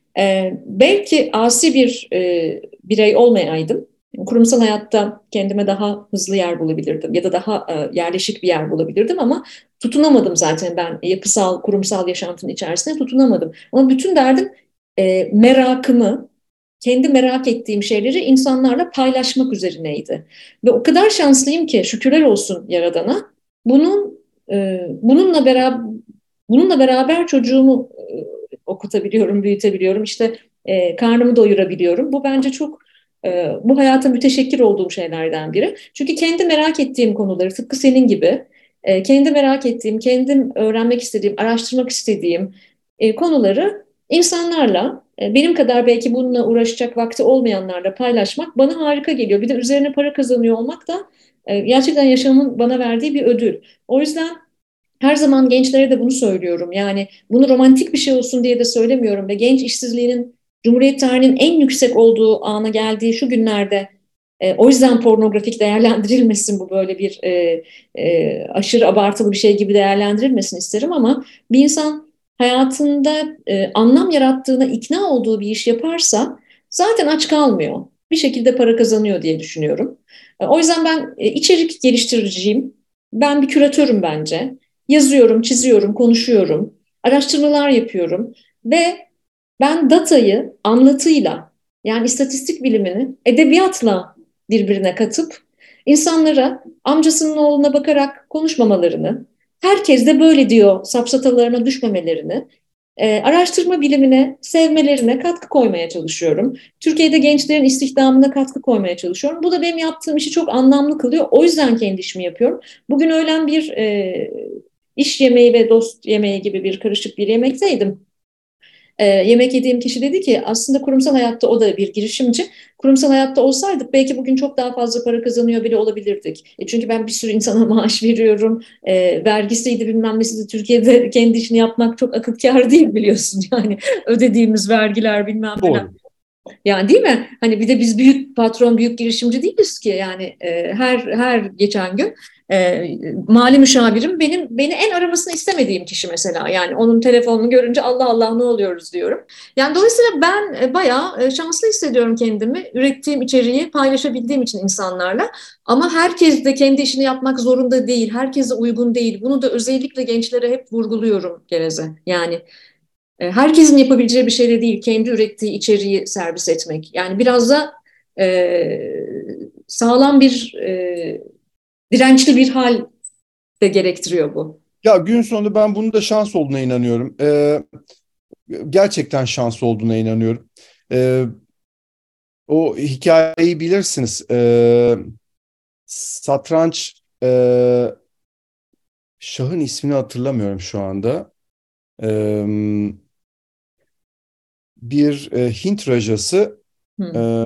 E, belki asi bir e, birey olmayaydım. Kurumsal hayatta kendime daha hızlı yer bulabilirdim ya da daha e, yerleşik bir yer bulabilirdim ama tutunamadım zaten ben yapısal, kurumsal yaşantının içerisinde tutunamadım. Ama bütün derdim e, merakımı, kendi merak ettiğim şeyleri insanlarla paylaşmak üzerineydi. Ve o kadar şanslıyım ki şükürler olsun Yaradan'a. Bunun e, bununla beraber bununla beraber çocuğumu e, okutabiliyorum, büyütebiliyorum. İşte e, karnımı doyurabiliyorum. Bu bence çok e, bu hayata müteşekkir olduğum şeylerden biri. Çünkü kendi merak ettiğim konuları tıpkı senin gibi e, kendi merak ettiğim, kendim öğrenmek istediğim, araştırmak istediğim e, konuları insanlarla e, benim kadar belki bununla uğraşacak vakti olmayanlarla paylaşmak bana harika geliyor. Bir de üzerine para kazanıyor olmak da e, gerçekten yaşamın bana verdiği bir ödül. O yüzden her zaman gençlere de bunu söylüyorum. Yani bunu romantik bir şey olsun diye de söylemiyorum ve genç işsizliğinin Cumhuriyet tarihinin en yüksek olduğu ana geldiği şu günlerde e, o yüzden pornografik değerlendirilmesin bu böyle bir e, e, aşırı abartılı bir şey gibi değerlendirilmesin isterim ama bir insan hayatında e, anlam yarattığına ikna olduğu bir iş yaparsa zaten aç kalmıyor. Bir şekilde para kazanıyor diye düşünüyorum. E, o yüzden ben e, içerik geliştiriciyim. Ben bir küratörüm bence. Yazıyorum, çiziyorum, konuşuyorum, araştırmalar yapıyorum ve ben datayı anlatıyla yani istatistik bilimini edebiyatla birbirine katıp insanlara amcasının oğluna bakarak konuşmamalarını, herkes de böyle diyor safsatalarına düşmemelerini, e, araştırma bilimine sevmelerine katkı koymaya çalışıyorum. Türkiye'de gençlerin istihdamına katkı koymaya çalışıyorum. Bu da benim yaptığım işi çok anlamlı kılıyor. O yüzden kendi işimi yapıyorum. Bugün öğlen bir e, iş yemeği ve dost yemeği gibi bir karışık bir yemekteydim. E, yemek yediğim kişi dedi ki aslında kurumsal hayatta o da bir girişimci. Kurumsal hayatta olsaydık belki bugün çok daha fazla para kazanıyor bile olabilirdik. E, çünkü ben bir sürü insana maaş veriyorum. E, vergisiydi bilmem nesiydi. Türkiye'de kendi işini yapmak çok akıl kâr değil biliyorsun. Yani ödediğimiz vergiler bilmem neler. Doğru. Yani değil mi? Hani bir de biz büyük patron, büyük girişimci değiliz ki. Yani e, her her geçen gün e, mali müşavirim benim beni en aramasını istemediğim kişi mesela. Yani onun telefonunu görünce Allah Allah ne oluyoruz diyorum. Yani dolayısıyla ben e, bayağı e, şanslı hissediyorum kendimi. Ürettiğim içeriği paylaşabildiğim için insanlarla. Ama herkes de kendi işini yapmak zorunda değil. Herkese uygun değil. Bunu da özellikle gençlere hep vurguluyorum Gereze. Yani e, herkesin yapabileceği bir şey de değil. Kendi ürettiği içeriği servis etmek. Yani biraz da e, sağlam bir e, dirençli bir hal de gerektiriyor bu. Ya gün sonunda ben bunun da şans olduğuna inanıyorum. Ee, gerçekten şans olduğuna inanıyorum. Ee, o hikayeyi bilirsiniz. Ee, satranç e, şahın ismini hatırlamıyorum şu anda. Ee, bir e, Hint rajası Hı. e,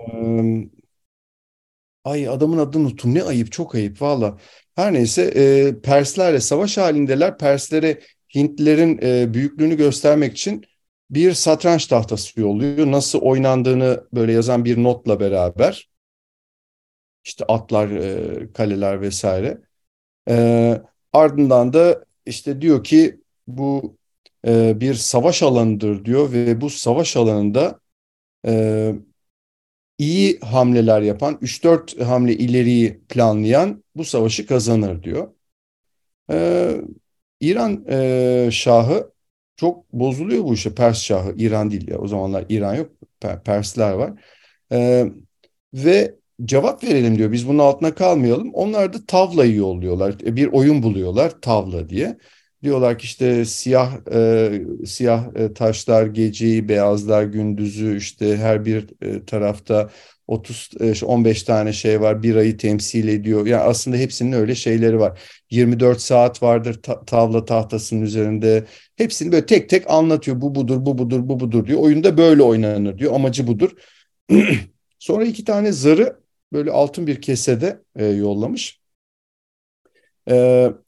ay adamın adını unuttum. Ne ayıp, çok ayıp valla. Her neyse e, Perslerle savaş halindeler. Perslere Hintlilerin e, büyüklüğünü göstermek için bir satranç tahtası yolluyor. Nasıl oynandığını böyle yazan bir notla beraber. İşte atlar, e, kaleler vesaire. E, ardından da işte diyor ki bu e, bir savaş alanıdır diyor ve bu savaş alanında e, iyi hamleler yapan, üç dört hamle ileriyi planlayan bu savaşı kazanır diyor. Ee, İran e, Şahı çok bozuluyor bu işe. Pers Şahı, İran değil ya. O zamanlar İran yok, Persler var. Ee, ve cevap verelim diyor. Biz bunun altına kalmayalım. Onlar da tavlayı yolluyorlar. E, Bir oyun buluyorlar tavla diye. Diyorlar ki işte siyah e, siyah e, taşlar geceyi, beyazlar gündüzü, işte her bir e, tarafta otuz e, işte on beş tane şey var. Bir ayı temsil ediyor. Yani aslında hepsinin öyle şeyleri var. yirmi dört saat vardır ta- tavla tahtasının üzerinde. Hepsini böyle tek tek anlatıyor. Bu budur, bu budur, bu budur diyor. Oyunda böyle oynanır diyor. Amacı budur. Sonra iki tane zarı böyle altın bir kesede e, yollamış. E,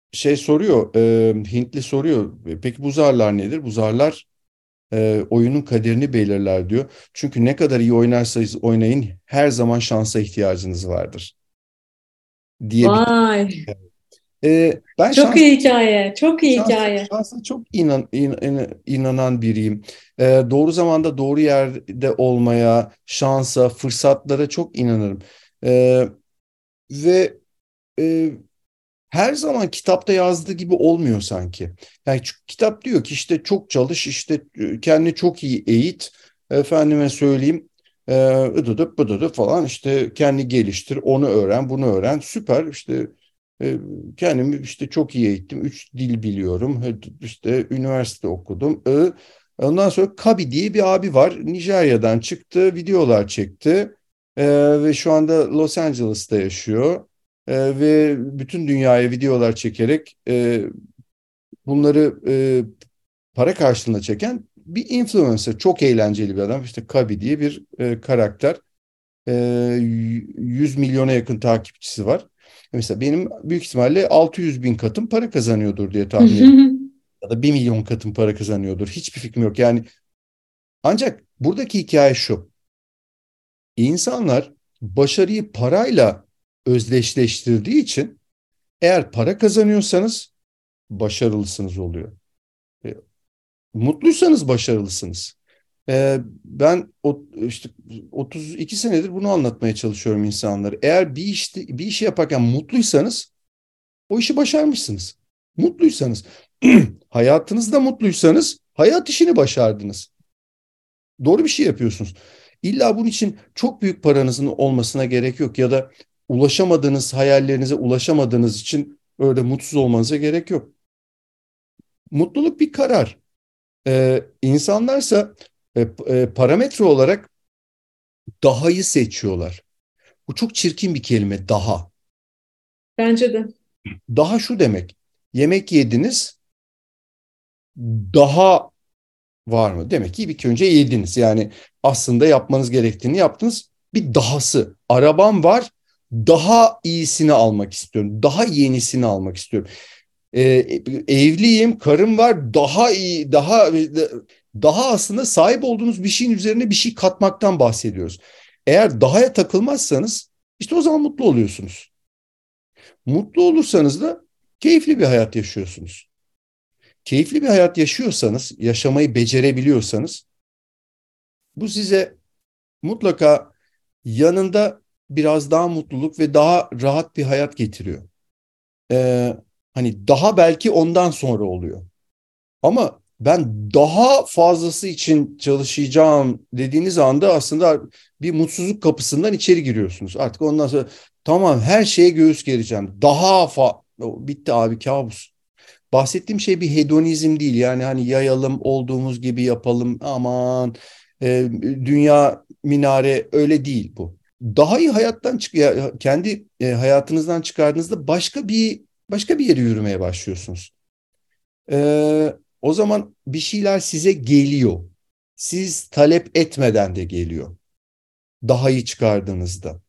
şey soruyor, e, Hintli soruyor. Peki bu zarlar nedir? Bu zarlar e, oyunun kaderini belirler diyor. Çünkü ne kadar iyi oynarsanız oynayın her zaman şansa ihtiyacınız vardır diye bir. Vay. E, ben Çok şans iyi hikaye. Çok iyi şansa, hikaye. şansa çok inan, in- inanan biriyim. E, doğru zamanda doğru yerde olmaya, şansa, fırsatlara çok inanırım. E, ve e, her zaman kitapta yazdığı gibi olmuyor sanki. Yani çünkü kitap diyor ki işte çok çalış, işte e, kendini çok iyi eğit, efendime söyleyeyim, e, ıdıdı bıdıdı falan, işte kendi geliştir, onu öğren, bunu öğren, süper işte, e, kendimi işte çok iyi eğittim, üç dil biliyorum, işte üniversite okudum. E, ondan sonra Kabi diye bir abi var, Nijerya'dan çıktı, videolar çekti. E, ve şu anda Los Angeles'ta yaşıyor. Ee, ve bütün dünyaya videolar çekerek e, bunları e, para karşılığında çeken bir influencer. Çok eğlenceli bir adam. İşte Kabi diye bir e, karakter. E, yüz milyona yakın takipçisi var. Mesela benim büyük ihtimalle altı yüz bin katım para kazanıyordur diye tahmin ediyorum. Ya da bir milyon katım para kazanıyordur. Hiçbir fikrim yok. Yani ancak buradaki hikaye şu. İnsanlar başarıyı parayla özdeşleştirdiği için eğer para kazanıyorsanız başarılısınız oluyor. E, mutluysanız başarılısınız. E, ben o, işte otuz iki senedir bunu anlatmaya çalışıyorum insanlara. Eğer bir işte bir işi yaparken mutluysanız o işi başarmışsınız. Mutluysanız, hayatınızda mutluysanız hayat işini başardınız. Doğru bir şey yapıyorsunuz. İlla bunun için çok büyük paranızın olmasına gerek yok ya da ulaşamadığınız hayallerinize ulaşamadığınız için öyle mutsuz olmanıza gerek yok. Mutluluk bir karar. Ee, insanlarsa e, e, parametre olarak dahayı seçiyorlar. Bu çok çirkin bir kelime, daha. Bence de. Daha şu demek. Yemek yediniz, daha var mı? Demek ki bir önce yediniz. Yani aslında yapmanız gerektiğini yaptınız. Bir dahası. Arabam var, daha iyisini almak istiyorum. Daha yenisini almak istiyorum. Ee, evliyim, karım var, daha iyi, daha daha aslında sahip olduğunuz bir şeyin üzerine bir şey katmaktan bahsediyoruz. Eğer dahaya takılmazsanız işte o zaman mutlu oluyorsunuz. Mutlu olursanız da keyifli bir hayat yaşıyorsunuz. Keyifli bir hayat yaşıyorsanız, yaşamayı becerebiliyorsanız bu size mutlaka yanında biraz daha mutluluk ve daha rahat bir hayat getiriyor. Ee, hani daha belki ondan sonra oluyor. Ama ben daha fazlası için çalışacağım dediğiniz anda aslında bir mutsuzluk kapısından içeri giriyorsunuz. Artık ondan sonra tamam, her şeye göğüs gereceğim. Daha fa bitti abi, kabus. Bahsettiğim şey bir hedonizm değil. Yani hani yayalım, olduğumuz gibi yapalım, aman e, dünya minare, öyle değil bu. Daha iyi hayattan çık ya, kendi e, hayatınızdan çıkardığınızda başka bir başka bir yere yürümeye başlıyorsunuz. Ee, o zaman bir şeyler size geliyor. Siz talep etmeden de geliyor. Daha iyi çıkardığınızda.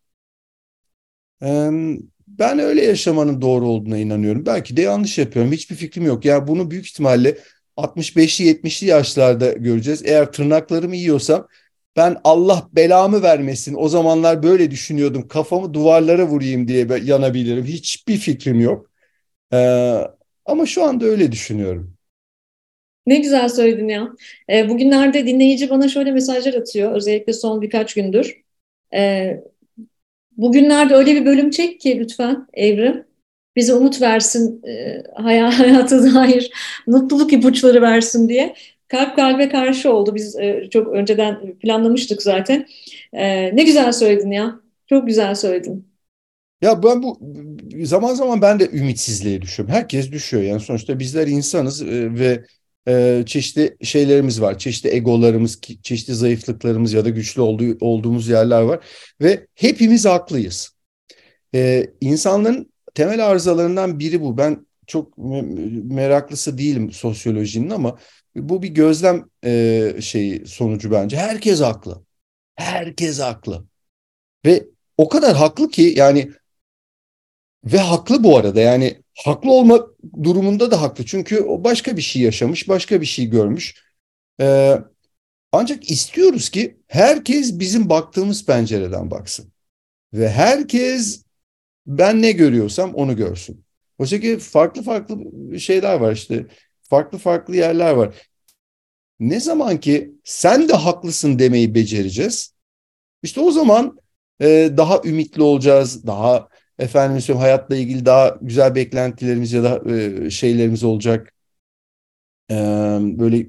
Ee, ben öyle yaşamanın doğru olduğuna inanıyorum. Belki de yanlış yapıyorum. Hiçbir fikrim yok. Yani bunu büyük ihtimalle altmış beşli yetmişli yaşlarda göreceğiz. Eğer tırnaklarımı yiyorsam ben Allah belamı vermesin, o zamanlar böyle düşünüyordum, kafamı duvarlara vurayım diye yanabilirim. Hiçbir fikrim yok. Ee, ama şu anda öyle düşünüyorum. Ne güzel söyledin ya. E, bugünlerde dinleyici bana şöyle mesajlar atıyor. Özellikle son birkaç gündür. E, Bugünlerde öyle bir bölüm çek ki lütfen Evrim. Bize umut versin, e, hay- hayata dair mutluluk ipuçları versin diye. Kalp kalbe karşı oldu. Biz e, çok önceden planlamıştık zaten. E, ne güzel söyledin ya. Çok güzel söyledin. Ya ben bu zaman zaman ben de ümitsizliğe düşüyorum. Herkes düşüyor. Yani sonuçta bizler insanız e, ve e, çeşitli şeylerimiz var. Çeşitli egolarımız, ki- çeşitli zayıflıklarımız ya da güçlü olduğu, olduğumuz yerler var. Ve hepimiz haklıyız. E, insanların temel arızalarından biri bu. Ben çok me- meraklısı değilim sosyolojinin ama bu bir gözlem e, şeyi sonucu bence. Herkes haklı. Herkes haklı. Ve o kadar haklı ki yani, ve haklı bu arada, yani haklı olmak durumunda da haklı. Çünkü o başka bir şey yaşamış, başka bir şey görmüş. Ee, ancak istiyoruz ki herkes bizim baktığımız pencereden baksın. Ve herkes ben ne görüyorsam onu görsün. Oysa ki farklı farklı şeyler var işte. Farklı farklı yerler var. Ne zaman ki sen de haklısın demeyi becereceğiz, İşte o zaman e, daha ümitli olacağız, daha efendim söyleyeyim hayatla ilgili daha güzel beklentilerimiz ya da e, şeylerimiz olacak. E, böyle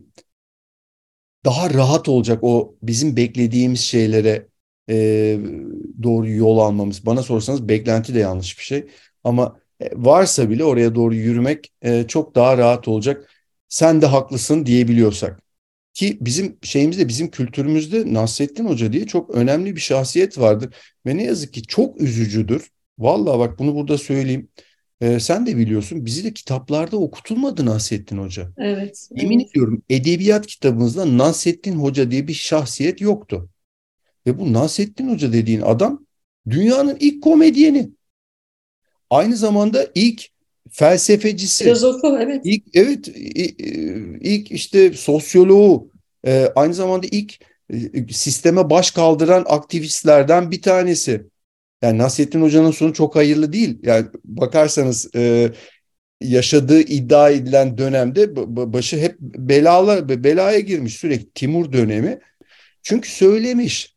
daha rahat olacak o bizim beklediğimiz şeylere e, doğru yol almamız. Bana sorarsanız beklenti de yanlış bir şey. Ama e, varsa bile oraya doğru yürümek e, çok daha rahat olacak. Sen de haklısın diyebiliyorsak. Ki bizim şeyimizde, bizim kültürümüzde Nasrettin Hoca diye çok önemli bir şahsiyet vardır. Ve ne yazık ki çok üzücüdür. Vallahi bak bunu burada söyleyeyim. Ee, sen de biliyorsun bizi de kitaplarda okutulmadı Nasrettin Hoca. Evet, Yemin evet. ediyorum edebiyat kitabımızda Nasrettin Hoca diye bir şahsiyet yoktu. Ve bu Nasrettin Hoca dediğin adam dünyanın ilk komedyeni. Aynı zamanda ilk felsefecisi. Filozofu, evet. İlk evet ilk işte sosyoloğu, e, aynı zamanda ilk e, sisteme baş kaldıran aktivistlerden bir tanesi. Yani Nasrettin Hoca'nın sonu çok hayırlı değil. Yani bakarsanız e, yaşadığı iddia edilen dönemde başı hep belalar belaya girmiş sürekli Timur dönemi. Çünkü söylemiş.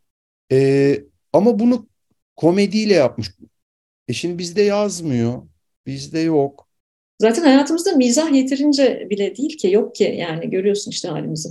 E, ama bunu komediyle yapmış. E şimdi bizde yazmıyor. Bizde yok. Zaten hayatımızda mizah yeterince bile değil ki, yok ki yani, görüyorsun işte halimizi.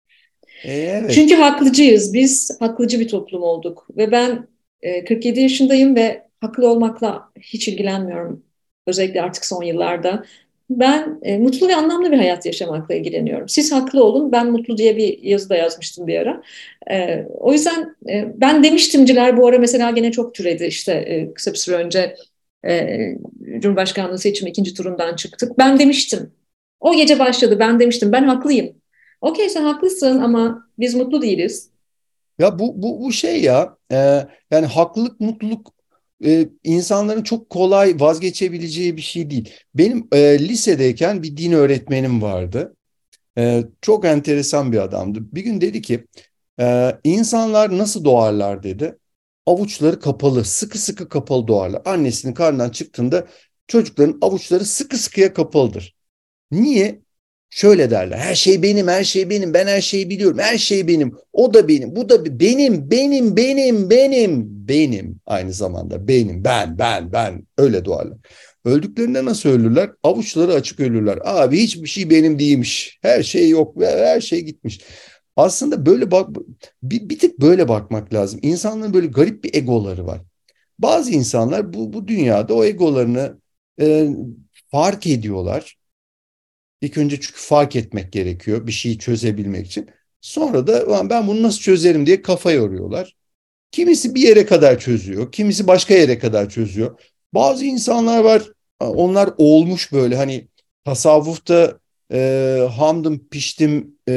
E, evet. Çünkü haklıcıyız. Biz haklıcı bir toplum olduk. Ve ben e, kırk yedi yaşındayım ve haklı olmakla hiç ilgilenmiyorum. Özellikle artık son yıllarda. Ben e, mutlu ve anlamlı bir hayat yaşamakla ilgileniyorum. Siz haklı olun, ben mutlu diye bir yazı da yazmıştım bir ara. E, o yüzden e, ben demiştimciler bu ara mesela gene çok türedi. İşte e, kısa bir süre önce e, Cumhurbaşkanlığı seçimi ikinci turundan çıktık. Ben demiştim. O gece başladı. Ben demiştim. Ben haklıyım. Okey, sen haklısın ama biz mutlu değiliz. Ya bu bu bu şey ya e, yani haklılık mutluluk e, insanların çok kolay vazgeçebileceği bir şey değil. Benim e, lisedeyken bir din öğretmenim vardı. E, çok enteresan bir adamdı. Bir gün dedi ki e, insanlar nasıl doğarlar dedi. Avuçları kapalı, sıkı sıkı kapalı doğarlar. Annesinin karnından çıktığında çocukların avuçları sıkı sıkıya kapalıdır. Niye? Şöyle derler. Her şey benim, her şey benim. Ben her şeyi biliyorum. Her şey benim. O da benim. Bu da benim, benim, benim, benim, benim. Aynı zamanda benim, ben, ben, ben. Öyle doğarlar. Öldüklerinde nasıl ölürler? Avuçları açık ölürler. Abi hiçbir şey benim değilmiş. Her şey yok ve her şey gitmiş. Aslında böyle bak, bir, bir tık böyle bakmak lazım. İnsanların böyle garip bir egoları var. Bazı insanlar bu, bu dünyada o egolarını e, fark ediyorlar. İlk önce çünkü fark etmek gerekiyor bir şeyi çözebilmek için. Sonra da ben bunu nasıl çözerim diye kafa yoruyorlar. Kimisi bir yere kadar çözüyor, kimisi başka yere kadar çözüyor. Bazı insanlar var, onlar olmuş böyle hani tasavvufta e, hamdım, piştim, e,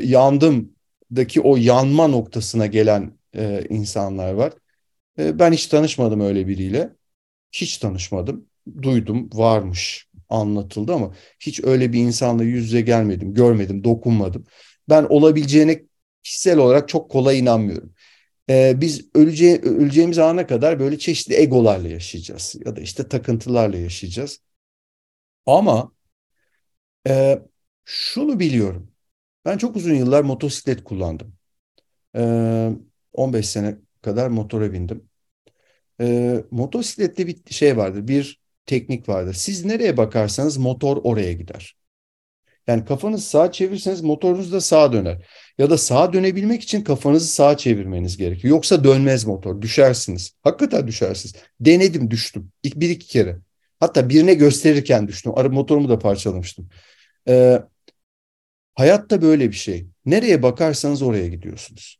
yandımdaki o yanma noktasına gelen e, insanlar var. E, ben hiç tanışmadım öyle biriyle. Hiç tanışmadım. Duydum, varmış, anlatıldı ama hiç öyle bir insanla yüz yüze gelmedim, görmedim, dokunmadım. Ben olabileceğine kişisel olarak çok kolay inanmıyorum. Ee, biz öleceği, öleceğimiz ana kadar böyle çeşitli egolarla yaşayacağız ya da işte takıntılarla yaşayacağız. Ama e, şunu biliyorum. Ben çok uzun yıllar motosiklet kullandım. Ee, on beş sene kadar motora bindim. E, motosiklette bir şey vardır, bir teknik vardır. Siz nereye bakarsanız motor oraya gider. Yani kafanızı sağa çevirirseniz motorunuz da sağa döner. Ya da sağa dönebilmek için kafanızı sağa çevirmeniz gerekiyor. Yoksa dönmez motor, düşersiniz. Hakikaten düşersiniz. Denedim, düştüm. İlk bir iki kere. Hatta birine gösterirken düştüm. Ara motorumu da parçalamıştım. E, hayatta böyle bir şey. Nereye bakarsanız oraya gidiyorsunuz.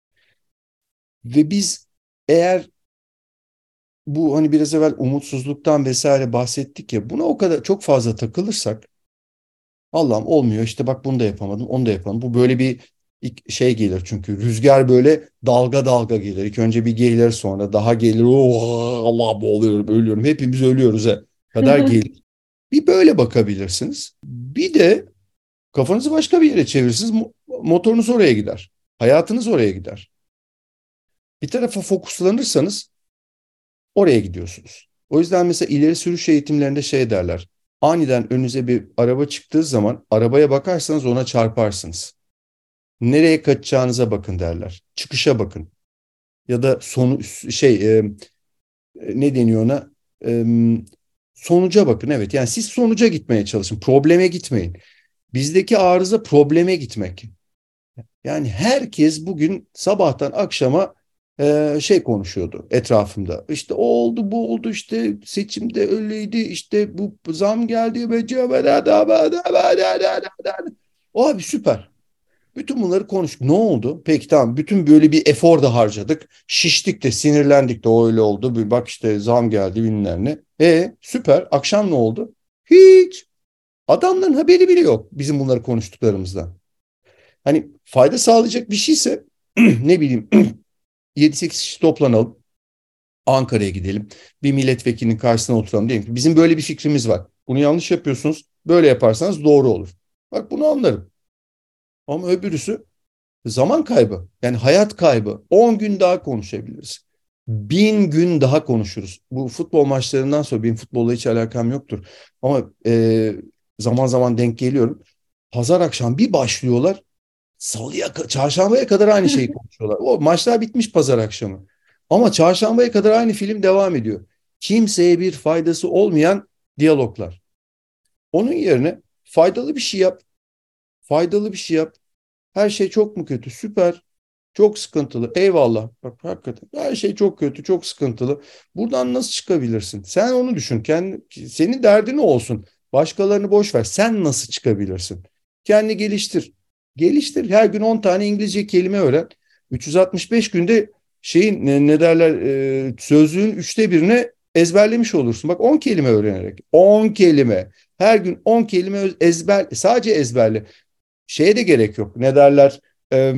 Ve biz eğer bu hani biraz evvel umutsuzluktan vesaire bahsettik ya buna o kadar çok fazla takılırsak Allah'ım olmuyor işte bak bunu da yapamadım onu da yapamadım. Bu böyle bir ilk şey gelir çünkü rüzgar böyle dalga dalga gelir. İlk önce bir gelir sonra daha gelir. Oh, Allah boğuluyorum ölüyorum hepimiz ölüyoruz he. kadar gelir. Bir böyle bakabilirsiniz. Bir de kafanızı başka bir yere çevirirsiniz. Motorunuz oraya gider. Hayatınız oraya gider. Bir tarafa fokuslanırsanız oraya gidiyorsunuz. O yüzden mesela ileri sürüş eğitimlerinde şey derler. Aniden önünüze bir araba çıktığı zaman arabaya bakarsanız ona çarparsınız. Nereye kaçacağınıza bakın derler. Çıkışa bakın. Ya da sonu şey e, ne deniyor ona? E, sonuca bakın. Evet, yani siz sonuca gitmeye çalışın. Probleme gitmeyin. Bizdeki arıza probleme gitmek. Yani herkes bugün sabahtan akşama e, şey konuşuyordu etrafımda. İşte o oldu, bu oldu, işte seçimde öyleydi, işte bu zam geldi. Abi süper. Bütün bunları konuştuk. Ne oldu? Peki tamam, bütün böyle bir efor da harcadık. Şiştik de, sinirlendik de, o öyle oldu. Bir bak işte zam geldi bilmem ne. E süper. Akşam ne oldu? Hiç. Adamların haberi bile yok bizim bunları konuştuklarımızdan. Hani fayda sağlayacak bir şeyse ne bileyim yedi sekiz kişi toplanalım. Ankara'ya gidelim. Bir milletvekilinin karşısına oturalım. Diyelim ki bizim böyle bir fikrimiz var. Bunu yanlış yapıyorsunuz. Böyle yaparsanız doğru olur. Bak bunu anlarım. Ama öbürüsü zaman kaybı. Yani hayat kaybı. on gün daha konuşabiliriz. Bin gün daha konuşuruz. Bu futbol maçlarından sonra, benim futbolla hiç alakam yoktur. Ama e, zaman zaman denk geliyorum. Pazar akşam bir başlıyorlar. Salıya, çarşambaya kadar aynı şeyi konuşuyorlar. O maçlar bitmiş pazar akşamı. Ama çarşambaya kadar aynı film devam ediyor. Kimseye bir faydası olmayan diyaloglar. Onun yerine faydalı bir şey yap. Faydalı bir şey yap. Her şey çok mu kötü? Süper. Çok sıkıntılı. Eyvallah. Bak hakikaten her şey çok kötü, çok sıkıntılı. Buradan nasıl çıkabilirsin? Sen onu düşün. Kendi, senin derdin o olsun. Başkalarını boş ver. Sen nasıl çıkabilirsin? Kendini geliştir. Geliştir. Her gün on tane İngilizce kelime öğren. üç yüz altmış beş günde şeyin ne, ne derler e, sözlüğün üçte birini ezberlemiş olursun. Bak on kelime öğrenerek. on kelime. Her gün on kelime ezber, sadece ezberle. Şeye de gerek yok. Ne derler? E,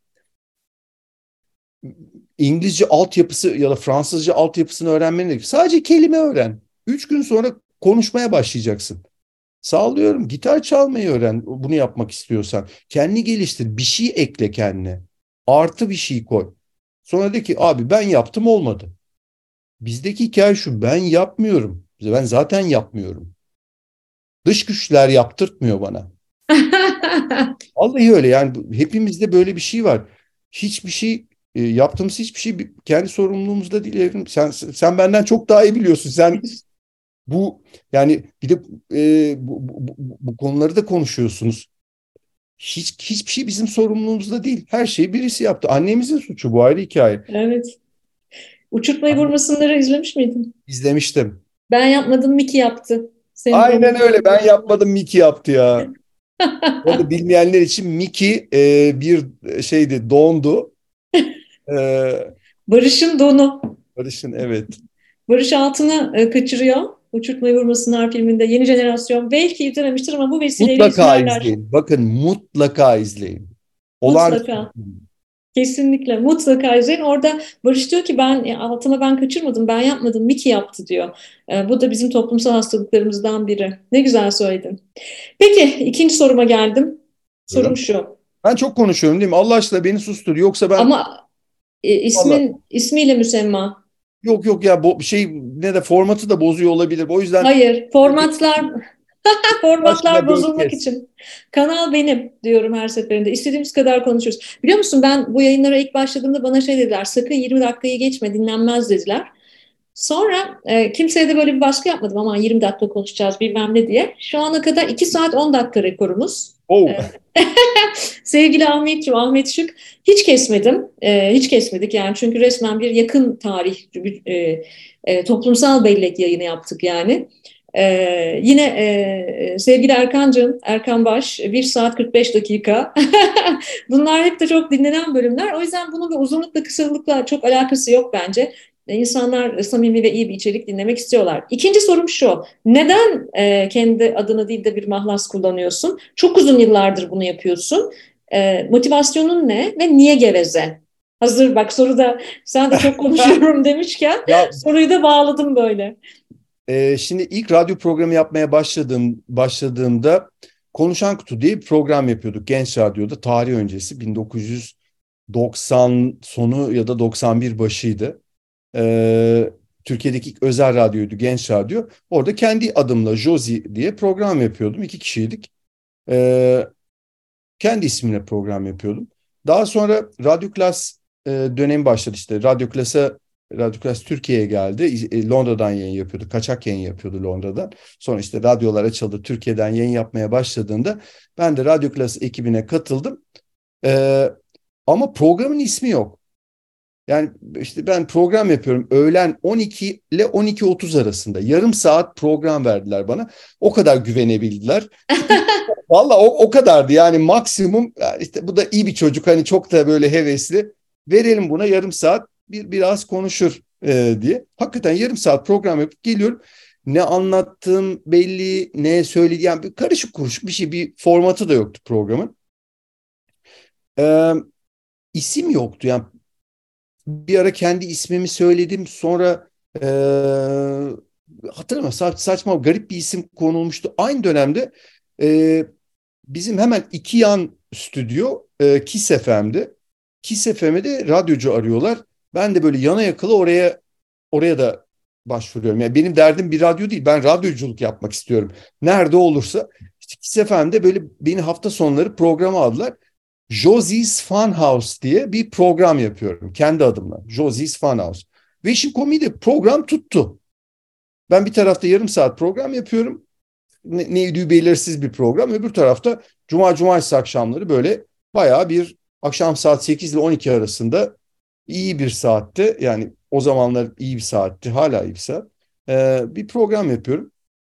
İngilizce altyapısı ya da Fransızca altyapısını öğrenmene gerek. Sadece kelime öğren. Üç gün sonra konuşmaya başlayacaksın. Sağlıyorum. Gitar çalmayı öğren. Bunu yapmak istiyorsan. Kendini geliştir. Bir şey ekle kendine. Artı bir şey koy. Sonra de ki abi ben yaptım olmadı. Bizdeki hikaye şu: ben yapmıyorum. Ben zaten yapmıyorum. Dış güçler yaptırtmıyor bana. Vallahi öyle yani, hepimizde böyle bir şey var. Hiçbir şey e, yaptığımız hiçbir şey kendi sorumluluğumuzda değil Evrim. Sen sen benden çok daha iyi biliyorsun. Sen bu yani bir de e, bu, bu, bu, bu konuları da konuşuyorsunuz. Hiç hiçbir şey bizim sorumluluğumuzda değil. Her şeyi birisi yaptı. Annemizin suçu, bu ayrı hikaye. Evet. Uçurtmayı vurmasınları izlemiş miydin? İzlemiştim. Ben yapmadım, Mickey yaptı. Aynen Sendromu. öyle. Ben yapmadım, Mickey yaptı ya. Orada bilmeyenler için Mickey e, bir şeydi, dondu. E, Barış'ın donu. Barış'ın, evet. Barış Altun'u e, kaçırıyor. Uçurtmayı vurmasınlar filminde. Yeni jenerasyon belki izlememiştir ama bu vesileyle Mutlaka izlerler. izleyin. Bakın mutlaka izleyin. Olağanüstü. Mutlaka. Kesinlikle. Mutlaka izleyin. Orada Barış diyor ki ben e, Altun'u ben kaçırmadım, ben yapmadım, Mickey yaptı diyor. E, bu da bizim toplumsal hastalıklarımızdan biri. Ne güzel söyledin. Peki ikinci soruma geldim. Sorum Buyurun. şu. Ben çok konuşuyorum değil mi? Allah aşkına beni sustur. Yoksa ben Ama e, valla ismin ismiyle müsemma. yok yok ya, bu şey ne de formatı da bozuyor olabilir. O yüzden Hayır, formatlar Allah aşkına formatlar beni bozulmak kes. için. Kanal benim diyorum her seferinde. İstediğimiz kadar konuşuruz. Biliyor musun, ben bu yayınlara ilk başladığımda bana şey dediler. Sakın yirmi dakikayı geçme, dinlenmez dediler. Sonra e, kimseye de böyle bir baskı yapmadım, ama yirmi dakika konuşacağız bilmem ne diye. Şu ana kadar iki saat on dakika rekorumuz. Oh. E, Sevgili Ahmetciğim, Ahmet Şık, hiç kesmedim. E, hiç kesmedik yani, çünkü resmen bir yakın tarih, e, e, toplumsal bellek yayını yaptık yani. Ee, yine e, sevgili Erkancığım, Erkan Baş, bir saat kırk beş dakika. Bunlar hep de çok dinlenen bölümler. O yüzden bunun bir uzunlukla kısalıkla çok alakası yok bence. E, İnsanlar samimi ve iyi bir içerik dinlemek istiyorlar. İkinci sorum şu: neden e, kendi adını değil de bir mahlas kullanıyorsun? Çok uzun yıllardır bunu yapıyorsun. E, motivasyonun ne ve niye geveze? Hazır bak, soruda sen de çok konuşuyorum demişken Ya soruyu da bağladım böyle. e, şimdi ilk radyo programı yapmaya başladığım başladığımda Konuşan Kutu diye bir program yapıyorduk Genç Radyo'da, tarih öncesi bin dokuz yüz doksan sonu ya da doksan bir başıydı. E, Türkiye'deki ilk özel radyoydu Genç Radyo. Orada kendi adımla Josie diye program yapıyordum. İki kişiydik. E, Kendi ismimle program yapıyordum. Daha sonra Radyo Klas e, dönemi başladı işte. Radyo Klas'a Radyo Klas Türkiye'ye geldi. E, Londra'dan yayın yapıyordu. Kaçak yayın yapıyordu Londra'dan. Sonra işte radyolar açıldı. Türkiye'den yayın yapmaya başladığında ben de Radyo Klas ekibine katıldım. E, Ama programın ismi yok. Yani işte ben program yapıyorum. Öğlen on iki ile on iki otuz arasında. Yarım saat program verdiler bana. O kadar güvenebildiler. Valla o, o kadardı yani maksimum, yani işte bu da iyi bir çocuk, hani çok da böyle hevesli, verelim buna yarım saat bir biraz konuşur e, diye. Hakikaten yarım saat program yapıp geliyorum. Ne anlattığım belli, ne söylediğim yani bir karışık kuruşuk bir şey, bir formatı da yoktu programın. E, isim yoktu yani, bir ara kendi ismimi söyledim sonra e, hatırlamıyorum, sa- saçma garip bir isim konulmuştu. Aynı dönemde e, bizim hemen iki yan stüdyo e, Kiss F M'di. Kiss F M'e de radyocu arıyorlar. Ben de böyle yana yakıla oraya oraya da başvuruyorum. Yani benim derdim bir radyo değil. Ben radyoculuk yapmak istiyorum. Nerede olursa. İşte Kiss F M'de böyle beni hafta sonları programa aldılar. Josie's Funhouse diye bir program yapıyorum. Kendi adımla. Josie's Funhouse. Ve işin komiği de program tuttu. Ben bir tarafta yarım saat program yapıyorum. Ne, neydi belirsiz bir program. Öbür tarafta cuma cumartesi akşamları böyle bayağı bir, akşam saat sekiz ile on iki arasında, iyi bir saatte, yani o zamanlar iyi bir saatti, hala iyi bir saat, ee, bir program yapıyorum.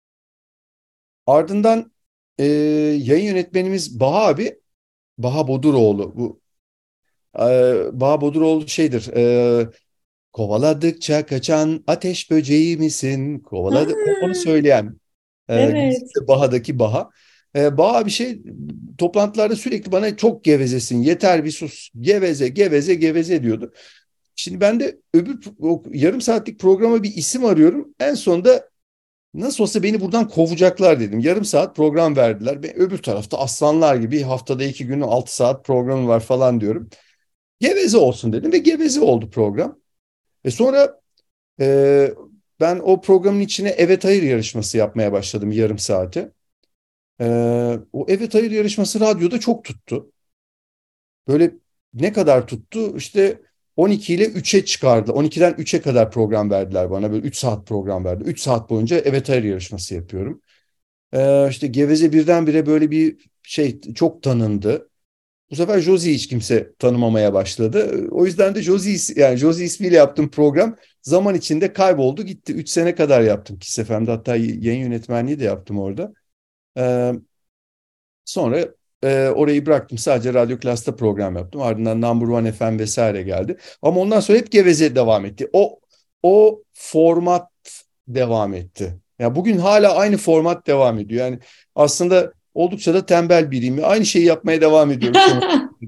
Ardından e, yayın yönetmenimiz Baha abi, Baha Boduroğlu, bu e, Baha Boduroğlu şeydir, e, kovaladıkça kaçan ateş böceği misin kovaladı, onu Ha, söyleyen. Ee, evet. Baha'daki Baha. Ee, Baha bir şey, toplantılarda sürekli bana çok gevezesin, yeter bir sus, geveze, geveze, geveze diyordu. Şimdi ben de öbür o yarım saatlik programa bir isim arıyorum. En sonunda nasıl olsa beni buradan kovacaklar dedim. Yarım saat program verdiler. Ben öbür tarafta aslanlar gibi haftada iki günü altı saat programı var falan diyorum. Geveze olsun dedim ve geveze oldu program. Ve sonra e, ben o programın içine evet hayır yarışması yapmaya başladım yarım saate. Ee, o evet hayır yarışması radyoda çok tuttu. Böyle ne kadar tuttu? İşte on iki ile üçe çıkardı. on ikiden üçe kadar program verdiler bana. Böyle üç saat program verdi. üç saat boyunca evet hayır yarışması yapıyorum. Ee, işte Geveze birdenbire böyle bir şey çok tanındı. Bu sefer Josie hiç kimse tanımamaya başladı. O yüzden de Josie, yani Josie ismiyle yaptığım program zaman içinde kayboldu gitti. Üç sene kadar yaptım Kiss F M'de, hatta yayın yönetmenliği de yaptım orada. Ee, Sonra e, orayı bıraktım. Sadece Radyo Klas'ta program yaptım. Ardından Number One F M vesaire geldi. Ama ondan sonra hep Geveze devam etti. O o format devam etti. Ya bugün hala aynı format devam ediyor. Yani aslında oldukça da tembel biriyim. Aynı şeyi yapmaya devam ediyorum sonuçta.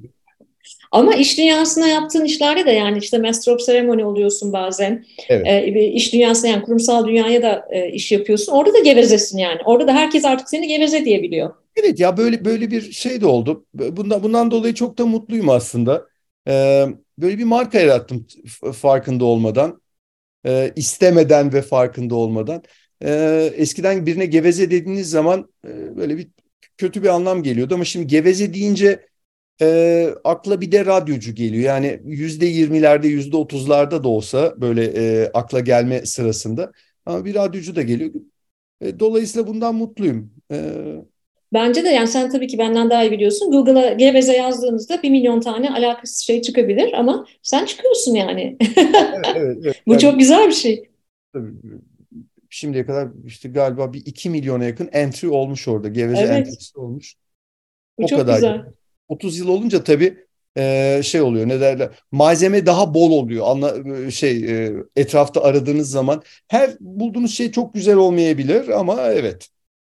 Ama iş dünyasına yaptığın işlerde de yani işte Master of Ceremony oluyorsun bazen. Evet. Ee, bir iş dünyasına yani kurumsal dünyaya da e, iş yapıyorsun. Orada da gevezesin yani. Orada da herkes artık seni geveze diyebiliyor. Evet ya, böyle böyle bir şey de oldu. Bundan bundan dolayı çok da mutluyum aslında. Ee, Böyle bir marka yarattım f- farkında olmadan. E, istemeden ve farkında olmadan. E, eskiden birine geveze dediğiniz zaman e, böyle bir kötü bir anlam geliyordu ama şimdi geveze deyince e, akla bir de radyocu geliyor. Yani yüzde yirmilerde, yüzde otuzlarda da olsa böyle e, akla gelme sırasında, ama bir radyocu da geliyor. E, dolayısıyla bundan mutluyum. E, Bence de yani sen tabii ki benden daha iyi biliyorsun. Google'a geveze yazdığınızda bir milyon tane alakasız şey çıkabilir ama sen çıkıyorsun yani. evet, evet, evet. Bu Yani çok güzel bir şey. tabii, şimdiye kadar işte galiba bir iki milyona yakın entry olmuş orada. Geveze Evet, entry'si olmuş. bu O çok kadar. güzel. otuz yıl olunca tabii e, şey oluyor, ne derler, malzeme daha bol oluyor. Anla, e, şey e, etrafta aradığınız zaman her bulduğunuz şey çok güzel olmayabilir ama evet.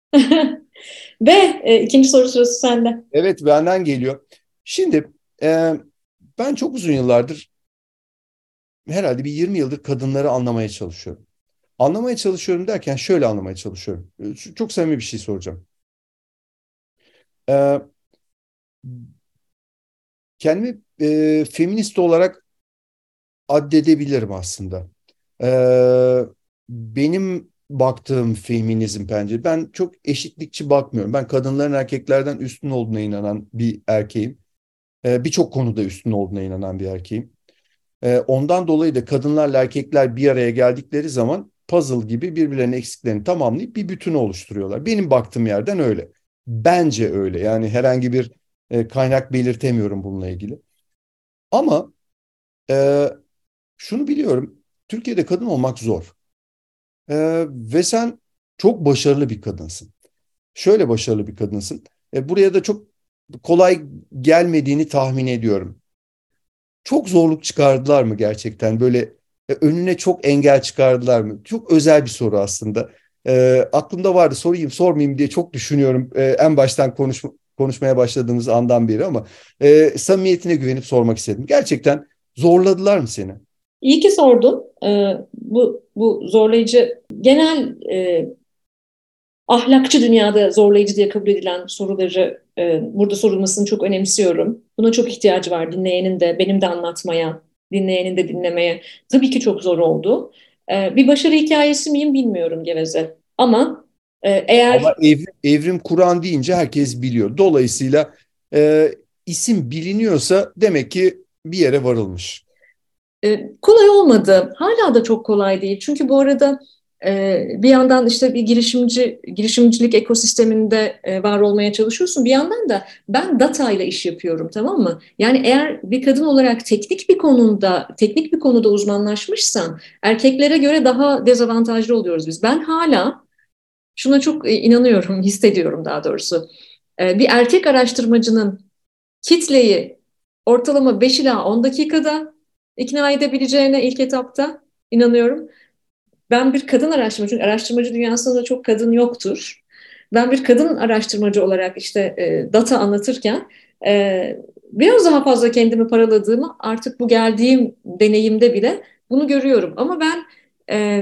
Ve e, ikinci soru sırası sende. Evet, benden geliyor. Şimdi e, ben çok uzun yıllardır, herhalde bir yirmi yıldır kadınları anlamaya çalışıyorum. Anlamaya çalışıyorum derken şöyle anlamaya çalışıyorum. Ç- Çok samimi bir şey soracağım. Ee, Kendimi e, feminist olarak addedebilirim aslında. Ee, Benim baktığım feminizm pencere. Ben çok eşitlikçi bakmıyorum. Ben kadınların erkeklerden üstün olduğuna inanan bir erkeğim. Ee, birçok konuda üstün olduğuna inanan bir erkeğim. Ee, ondan dolayı da kadınlarla erkekler bir araya geldikleri zaman puzzle gibi birbirlerinin eksiklerini tamamlayıp bir bütünü oluşturuyorlar. Benim baktığım yerden öyle. Bence öyle. Yani herhangi bir e, kaynak belirtemiyorum bununla ilgili. Ama e, şunu biliyorum. Türkiye'de kadın olmak zor. E, ve sen çok başarılı bir kadınsın. Şöyle başarılı bir kadınsın. E, buraya da çok kolay gelmediğini tahmin ediyorum. Çok zorluk çıkardılar mı gerçekten? Böyle e, önüne çok engel çıkardılar mı? Çok özel bir soru aslında. E, aklımda vardı, sorayım sormayayım diye çok düşünüyorum. E, en baştan konuş, konuşmaya başladığımız andan beri ama e, samimiyetine güvenip sormak istedim. Gerçekten zorladılar mı seni? İyi ki sordun. Ee, bu, bu zorlayıcı, genel e, ahlakçı dünyada zorlayıcı diye kabul edilen soruları e, burada sorulmasını çok önemsiyorum. Buna çok ihtiyacı var dinleyenin de, benim de anlatmaya, dinleyenin de dinlemeye. Tabii ki çok zor oldu. E, bir başarı hikayesi miyim bilmiyorum Geveze. Ama e, Ama eğer evrim, evrim Kur'an deyince herkes biliyor. Dolayısıyla e, isim biliniyorsa demek ki bir yere varılmış. E, kolay olmadı. Hala da çok kolay değil. Çünkü bu arada e, bir yandan işte bir girişimci girişimcilik ekosisteminde e, var olmaya çalışıyorsun. Bir yandan da ben data ile iş yapıyorum, tamam mı? Yani eğer bir kadın olarak teknik bir konuda teknik bir konuda uzmanlaşmışsan erkeklere göre daha dezavantajlı oluyoruz biz. Ben hala şuna çok e, inanıyorum, hissediyorum daha doğrusu. E, bir erkek araştırmacının kitleyi ortalama beş ila on dakikada ikna edebileceğine ilk etapta inanıyorum. Ben bir kadın araştırmacı, çünkü araştırmacı dünyasında çok kadın yoktur. Ben bir kadın araştırmacı olarak işte e, data anlatırken e, biraz daha fazla kendimi paraladığımı artık bu geldiğim deneyimde bile bunu görüyorum. Ama ben e,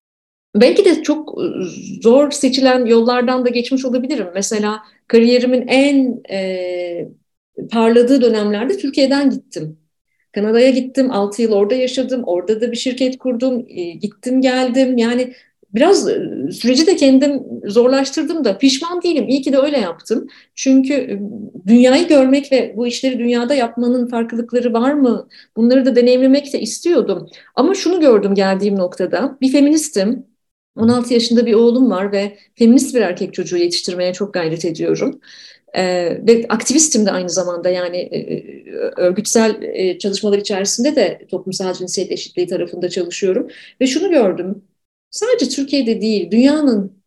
belki de çok zor seçilen yollardan da geçmiş olabilirim. Mesela kariyerimin en e, parladığı dönemlerde Türkiye'den gittim. Kanada'ya gittim, altı yıl orada yaşadım, orada da bir şirket kurdum, e, gittim geldim. Yani biraz e, süreci de kendim zorlaştırdım da pişman değilim. İyi ki de öyle yaptım. Çünkü e, dünyayı görmek ve bu işleri dünyada yapmanın farklılıkları var mı? Bunları da deneyimlemek de istiyordum. Ama şunu gördüm geldiğim noktada. Bir feministim. on altı yaşında bir oğlum var ve feminist bir erkek çocuğu yetiştirmeye çok gayret ediyorum. Ee, ve aktivistim de aynı zamanda, yani e, e, örgütsel e, çalışmalar içerisinde de toplumsal cinsiyet eşitliği tarafında çalışıyorum. Ve şunu gördüm, sadece Türkiye'de değil, dünyanın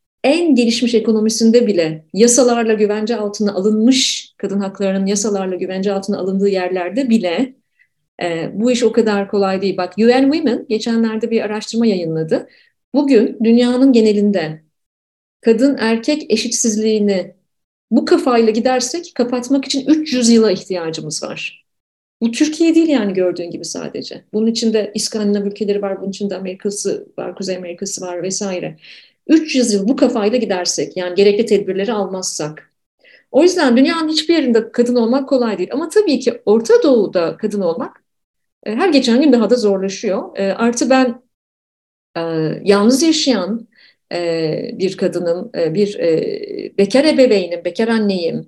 en gelişmiş ekonomisinde bile yasalarla güvence altına alınmış, kadın haklarının yasalarla güvence altına alındığı yerlerde bile e, bu iş o kadar kolay değil. Bak, U N Women geçenlerde bir araştırma yayınladı. Bugün dünyanın genelinde kadın erkek eşitsizliğini bu kafayla gidersek kapatmak için üç yüz yıla ihtiyacımız var. Bu Türkiye değil yani, gördüğün gibi sadece. Bunun içinde İskandinav ülkeleri var, bunun içinde Amerika'sı var, Kuzey Amerika'sı var vesaire. üç yüz yıl bu kafayla gidersek, yani gerekli tedbirleri almazsak. O yüzden dünyanın hiçbir yerinde kadın olmak kolay değil. Ama tabii ki Orta Doğu'da kadın olmak e, her geçen gün daha da zorlaşıyor. E, Artı ben e, yalnız yaşayan e, bir kadının, e, bir e, bekar ebeveynim, bekar anneyim.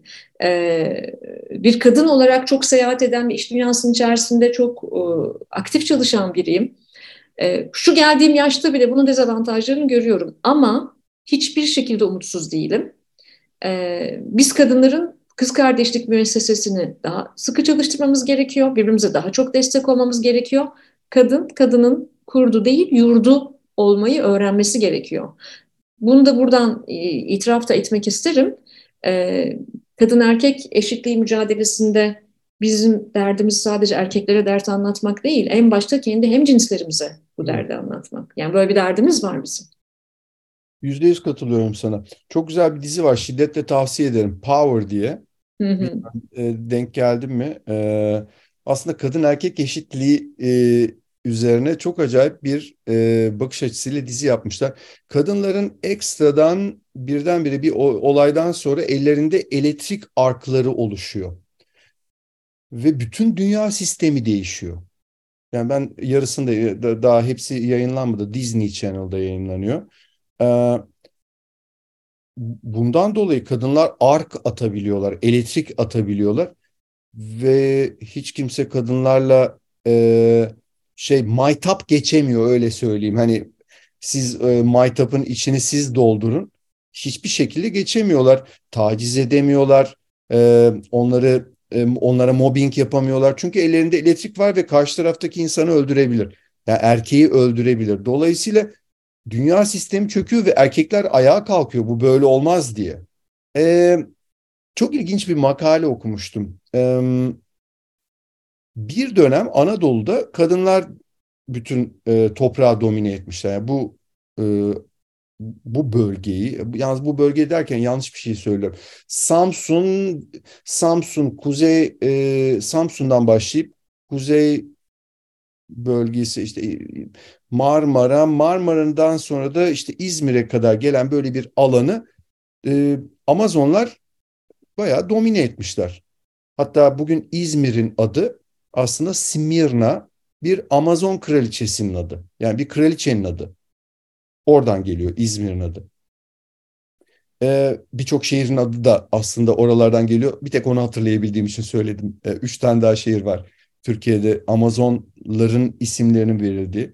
E, bir kadın olarak çok seyahat eden ve iş dünyasının içerisinde çok e, aktif çalışan biriyim. E, şu geldiğim yaşta bile bunun dezavantajlarını görüyorum. Ama hiçbir şekilde umutsuz değilim. E, biz kadınların kız kardeşlik müessesesini daha sıkı çalıştırmamız gerekiyor. Birbirimize daha çok destek olmamız gerekiyor. Kadın, kadının kurdu değil, yurdu olmayı öğrenmesi gerekiyor. Bunu da buradan e, itiraf da etmek isterim. E, kadın erkek eşitliği mücadelesinde bizim derdimiz sadece erkeklere dert anlatmak değil, en başta kendi hemcinslerimize bu Evet. derdi anlatmak. Yani böyle bir derdimiz var bizim. Yüzde yüz katılıyorum sana. Çok güzel bir dizi var. Şiddetle tavsiye ederim. Power diye. Hı hı. Bilmiyorum, e, denk geldim mi? E, aslında kadın erkek eşitliği üzerine çok acayip bir e, bakış açısıyla dizi yapmışlar. Kadınların ekstradan birdenbire bir o- olaydan sonra ellerinde elektrik arkları oluşuyor. Ve bütün dünya sistemi değişiyor. Yani ben yarısında da- daha hepsi yayınlanmadı. Disney Channel'da yayınlanıyor. Ee, Bundan dolayı kadınlar ark atabiliyorlar, elektrik atabiliyorlar ve hiç kimse kadınlarla e, şey maytap geçemiyor, öyle söyleyeyim. Hani siz e, maytapın içini siz doldurun. Hiçbir şekilde geçemiyorlar. Taciz edemiyorlar. E, onları e, onlara mobbing yapamıyorlar. Çünkü ellerinde elektrik var ve karşı taraftaki insanı öldürebilir. Yani erkeği öldürebilir. Dolayısıyla dünya sistemi çöküyor ve erkekler ayağa kalkıyor. Bu böyle olmaz diye. E, Çok ilginç bir makale okumuştum. E, Bir dönem Anadolu'da kadınlar bütün e, toprağı domine etmişler. Yani bu e, bu bölgeyi, yalnız bu bölge derken yanlış bir şey söylüyorum. Samsun, Samsun, Kuzey, e, Samsun'dan başlayıp Kuzey bölgesi, işte e, Marmara, Marmara'dan sonra da işte İzmir'e kadar gelen böyle bir alanı e, Amazonlar bayağı domine etmişler. Hatta bugün İzmir'in adı aslında Simirna, bir Amazon kraliçesinin adı. Yani bir kraliçenin adı. Oradan geliyor İzmir'in adı. Ee, birçok şehrin adı da aslında oralardan geliyor. Bir tek onu hatırlayabildiğim için söyledim. Ee, üç tane daha şehir var Türkiye'de Amazonların isimlerinin verildiği.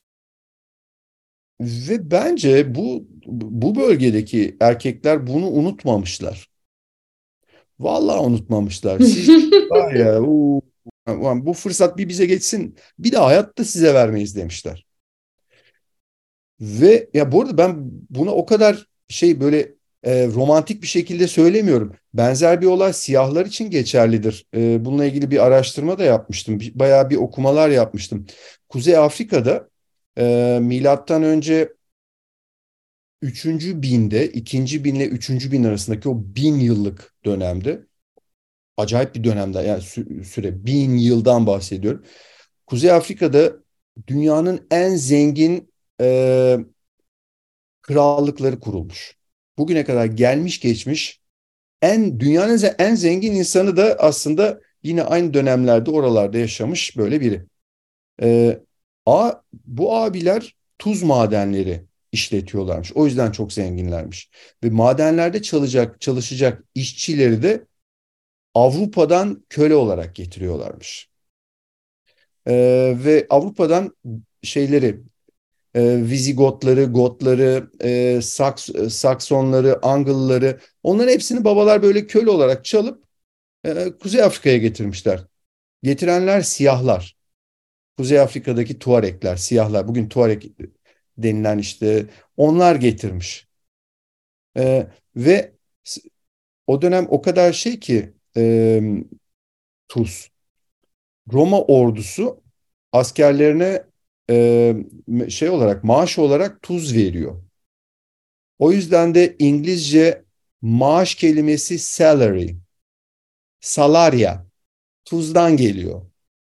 Ve bence bu bu bölgedeki erkekler bunu unutmamışlar. Vallahi unutmamışlar. Siz var ya, uu, ulan bu fırsat bir bize geçsin. Bir de hayatta size vermeyiz demişler. Ve ya bu arada ben buna o kadar şey böyle e, romantik bir şekilde söylemiyorum. Benzer bir olay siyahlar için geçerlidir. E, bununla ilgili bir araştırma da yapmıştım. Bir- Bayağı bir okumalar yapmıştım. Kuzey Afrika'da e, milattan önce üçüncü binde, ikinci binle üçüncü bin arasındaki o bin yıllık dönemde, acayip bir dönemde, yani sü- süre bin yıldan bahsediyorum. Kuzey Afrika'da dünyanın en zengin e, krallıkları kurulmuş. Bugüne kadar gelmiş geçmiş en dünyanın en zengin insanı da aslında yine aynı dönemlerde oralarda yaşamış böyle biri. E, a, Bu abiler tuz madenleri işletiyorlarmış. O yüzden çok zenginlermiş. Ve madenlerde çalışacak çalışacak işçileri de Avrupa'dan köle olarak getiriyorlarmış. Ee, ve Avrupa'dan şeyleri, e, Vizigotları, Gotları, e, Saks, e, Saksonları, Angılları, onların hepsini babalar böyle köle olarak çalıp e, Kuzey Afrika'ya getirmişler. Getirenler siyahlar. Kuzey Afrika'daki Tuarekler, siyahlar. Bugün Tuareg denilen işte onlar getirmiş. E, ve o dönem o kadar şey ki e, tuz. Roma ordusu askerlerine e, şey olarak, maaş olarak tuz veriyor. O yüzden de İngilizce maaş kelimesi salary, salarya, tuzdan geliyor.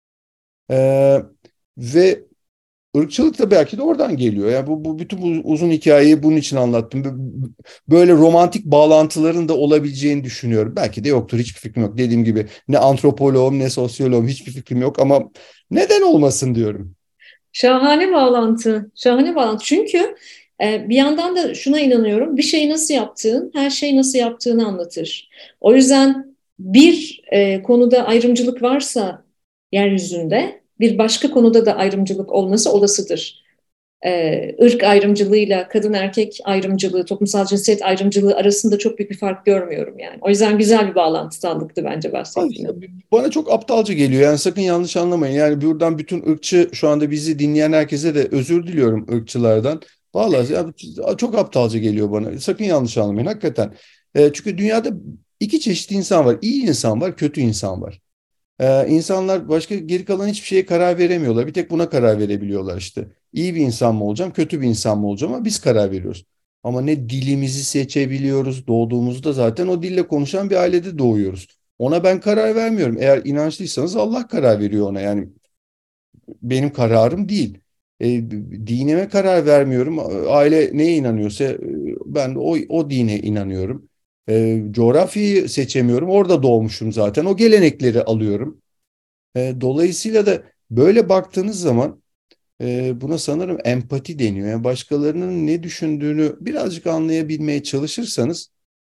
E, Ve ırkçılık da belki de oradan geliyor. Yani bu, bu bütün bu uzun hikayeyi bunun için anlattım. Böyle romantik bağlantıların da olabileceğini düşünüyorum. Belki de yoktur, hiçbir fikrim yok. Dediğim gibi ne antropoloğum ne sosyoloğum, hiçbir fikrim yok ama neden olmasın diyorum. Şahane bağlantı, şahane bağlantı. Çünkü e, bir yandan da şuna inanıyorum, bir şeyi nasıl yaptığın, her şeyi nasıl yaptığını anlatır. O yüzden bir e, konuda ayrımcılık varsa yeryüzünde, bir başka konuda da ayrımcılık olması olasıdır. E, ırk ayrımcılığıyla kadın erkek ayrımcılığı, toplumsal cinsiyet ayrımcılığı arasında çok büyük bir fark görmüyorum yani. O yüzden güzel bir bağlantı sağlıklı bence Ay, bahsettiğin. bana çok aptalca geliyor. Yani sakın yanlış anlamayın. Yani buradan bütün ırkçı, şu anda bizi dinleyen herkese de özür diliyorum ırkçılardan. Vallahi ya, çok aptalca geliyor bana. Sakın yanlış anlamayın hakikaten. E, çünkü dünyada iki çeşit insan var. İyi insan var, kötü insan var. Ee, insanlar başka geri kalan hiçbir şeye karar veremiyorlar. Bir tek buna karar verebiliyorlar işte. İyi bir insan mı olacağım, kötü bir insan mı olacağım, ama biz karar veriyoruz. Ama ne dilimizi seçebiliyoruz. Doğduğumuzda zaten o dille konuşan bir ailede doğuyoruz. Ona ben karar vermiyorum. Eğer inançlıysanız Allah karar veriyor ona. Yani benim kararım değil. E, dinime karar vermiyorum. Aile neye inanıyorsa e, ben de o, o dine inanıyorum. E, coğrafyayı seçemiyorum. Orada doğmuşum zaten. O gelenekleri alıyorum. E, dolayısıyla da böyle baktığınız zaman e, buna sanırım empati deniyor. Yani başkalarının ne düşündüğünü birazcık anlayabilmeye çalışırsanız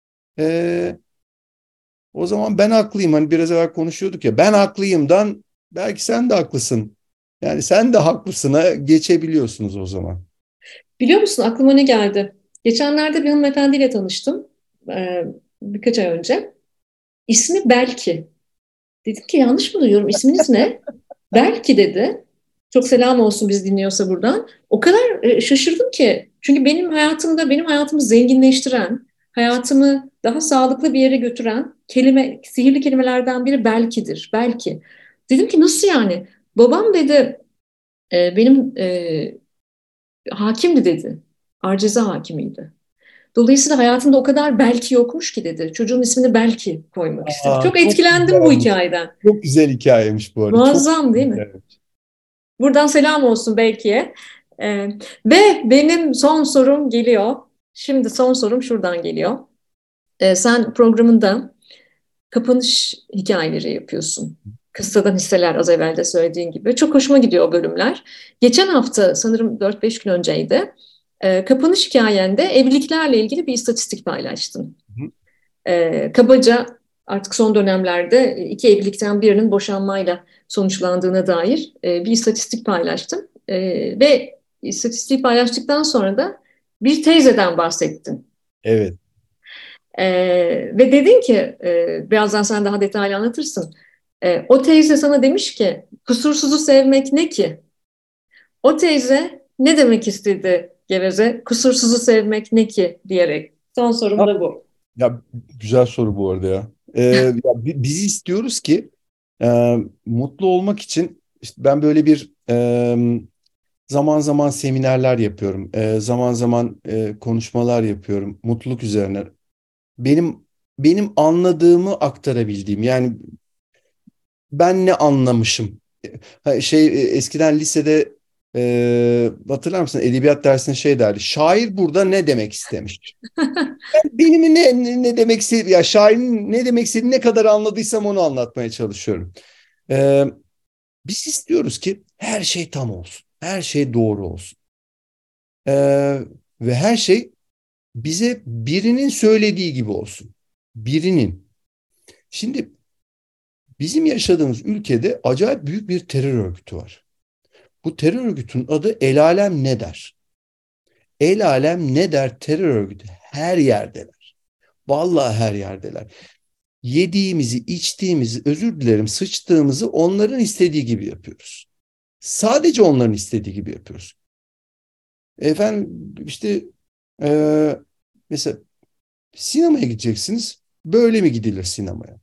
e, o zaman ben haklıyım. Hani biraz evvel konuşuyorduk ya, ben haklıyımdan belki sen de haklısın. Yani sen de haklısına geçebiliyorsunuz o zaman. Biliyor musun, aklıma ne geldi? Geçenlerde bir hanımefendiyle tanıştım. Ee, birkaç ay önce. İsmi Belki. Dedim ki yanlış mı duyuyorum? İsminiz ne? Belki dedi. Çok selam olsun biz dinliyorsa buradan. O kadar e, şaşırdım ki. Çünkü benim hayatımda, benim hayatımı zenginleştiren, hayatımı daha sağlıklı bir yere götüren kelime, sihirli kelimelerden biri belkidir. Belki. Dedim ki nasıl yani? Babam dedi e, benim e, hakimdi dedi. Arceza hakimiydi. Dolayısıyla hayatımda o kadar belki yokmuş ki dedi. Çocuğun ismini Belki koymak istedi. Aa, Çok çok etkilendim bu güzelmiş. hikayeden. Çok güzel hikayemiş bu arada. Çok Muazzam değil mi? güzel. Buradan selam olsun Belki'ye. Ee, ve benim son sorum geliyor. Şimdi son sorum şuradan geliyor. Ee, sen programında kapanış hikayeleri yapıyorsun. Kıssadan hisseler, az evvel de söylediğin gibi. Çok hoşuma gidiyor o bölümler. Geçen hafta, sanırım dört beş gün önceydi. E, kapanış hikayende evliliklerle ilgili bir istatistik paylaştın. Hı. E, kabaca artık son dönemlerde iki evlilikten birinin boşanmayla sonuçlandığına dair e, bir istatistik paylaştın. E, ve istatistiği paylaştıktan sonra da bir teyzeden bahsettin. Evet. E, ve dedin ki, e, birazdan sen daha detaylı anlatırsın. E, o teyze sana demiş ki, kusursuzu sevmek ne ki? O teyze ne demek istedi Geveze? Kusursuzu sevmek ne ki diyerek. Son sorum Ha, da bu. ya güzel soru bu arada ya. Ee, ya bi- biz istiyoruz ki e, mutlu olmak için işte ben böyle bir e, zaman zaman seminerler yapıyorum. E, zaman zaman e, konuşmalar yapıyorum mutluluk üzerine. Benim benim anladığımı aktarabildiğim, yani ben ne anlamışım. Ha, şey e, eskiden lisede e, hatırlar mısın, edebiyat dersinde şey derdi. Şair burada ne demek istemiş? Benim ne, ne, ne demek istedi, ya şairin ne demek istediğini ne kadar anladıysam onu anlatmaya çalışıyorum. E, biz istiyoruz ki her şey tam olsun. Her şey doğru olsun. E, ve her şey bize birinin söylediği gibi olsun. Birinin. Şimdi bizim yaşadığımız ülkede acayip büyük bir terör örgütü var. Bu terör örgütünün adı El Alem Ne Der? El Alem Ne Der terör örgütü her yerdeler. Vallahi her yerdeler. Yediğimizi, içtiğimizi, özür dilerim, sıçtığımızı onların istediği gibi yapıyoruz. Sadece onların istediği gibi yapıyoruz. Efendim işte e, mesela sinemaya gideceksiniz. Böyle mi gidilir sinemaya?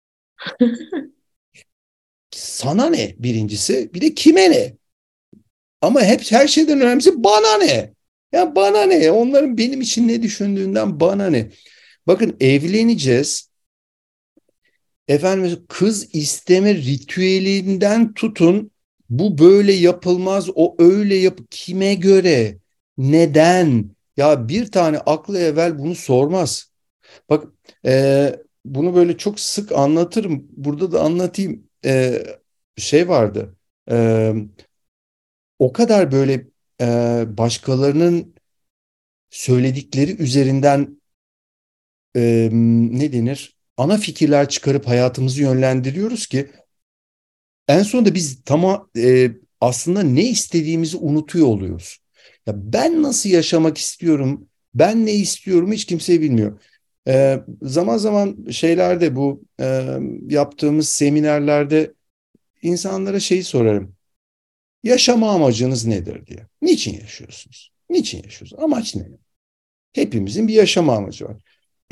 Sana ne birincisi, bir de kime ne? Ama hep her şeyden önemlisi bana ne? Ya bana ne? Onların benim için ne düşündüğünden bana ne? Bakın, evleneceğiz. Efendim, kız isteme ritüelinden tutun. Bu böyle yapılmaz, o öyle yap. Kime göre? Neden? Ya bir tane aklı evvel bunu sormaz. Bak, e, bunu böyle çok sık anlatırım. Burada da anlatayım. E, şey vardı. E, o kadar böyle e, başkalarının söyledikleri üzerinden e, ne denir? Ana fikirler çıkarıp hayatımızı yönlendiriyoruz ki en sonunda biz tama e, aslında ne istediğimizi unutuyor oluyoruz. Ya ben nasıl yaşamak istiyorum? Ben ne istiyorum? Hiç kimse bilmiyor. E, zaman zaman şeylerde, bu e, yaptığımız seminerlerde insanlara şeyi sorarım. Yaşama amacınız nedir diye. Niçin yaşıyorsunuz? Niçin yaşıyorsunuz? Amaç ne? Hepimizin bir yaşama amacı var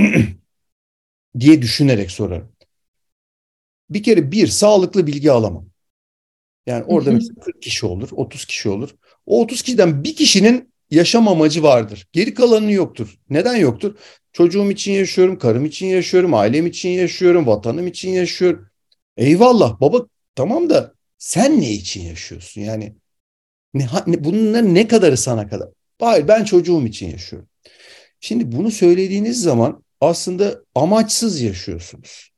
diye düşünerek sorarım. Bir kere bir sağlıklı bilgi alamam. Yani Hı orada hı. mesela kırk kişi olur, otuz kişi olur. O otuz kişiden bir kişinin yaşam amacı vardır. Geri kalanının yoktur. Neden yoktur? Çocuğum için yaşıyorum, karım için yaşıyorum, ailem için yaşıyorum, vatanım için yaşıyorum. Eyvallah baba, tamam da Sen ne için yaşıyorsun? Yani ne, ne, bunların ne kadarı sana kadar? Hayır, ben çocuğum için yaşıyorum. Şimdi bunu söylediğiniz zaman aslında amaçsız yaşıyorsunuz.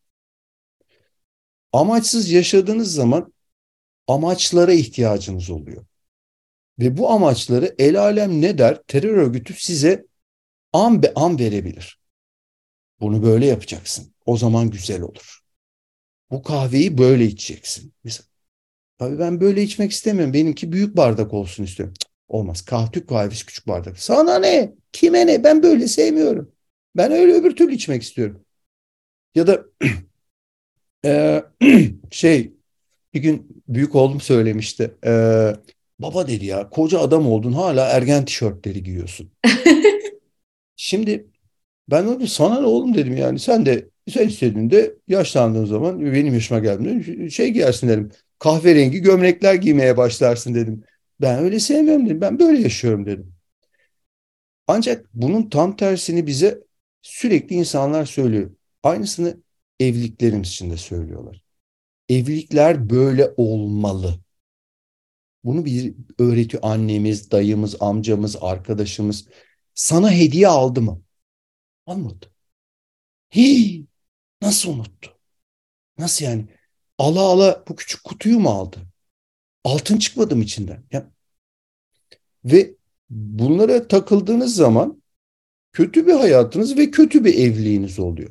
Amaçsız yaşadığınız zaman amaçlara ihtiyacınız oluyor. Ve bu amaçları el alem ne der? Terör örgütü size an be an verebilir. Bunu böyle yapacaksın. O zaman güzel olur. Bu kahveyi böyle içeceksin. Mesela, abi ben böyle içmek istemiyorum. Benimki büyük bardak olsun istiyorum. Cık, olmaz. Kah Türk kahvesi küçük bardak. Sana ne? Kime ne? Ben böyle sevmiyorum. Ben öyle öbür türlü içmek istiyorum. Ya da e, şey bir gün büyük oğlum söylemişti. E, baba dedi ya, koca adam oldun hala ergen tişörtleri giyiyorsun. Şimdi ben dedim sana ne oğlum dedim, yani sen de sen istediğinde yaşlandığın zaman benim yaşıma geldiğinde şey giyersin dedim. Kahverengi gömlekler giymeye başlarsın dedim. Ben öyle sevmiyorum dedim. Ben böyle yaşıyorum dedim. Ancak bunun tam tersini bize sürekli insanlar söylüyor. Aynısını evliliklerimiz için de söylüyorlar. Evlilikler böyle olmalı. Bunu bir öğretiyor annemiz, dayımız, amcamız, arkadaşımız. Sana hediye aldı mı? Almadı. Hii, nasıl unuttu? Nasıl yani? Ala ala bu küçük kutuyu mu aldı? Altın çıkmadı mı içinden? Ya, ve bunlara takıldığınız zaman kötü bir hayatınız ve kötü bir evliliğiniz oluyor.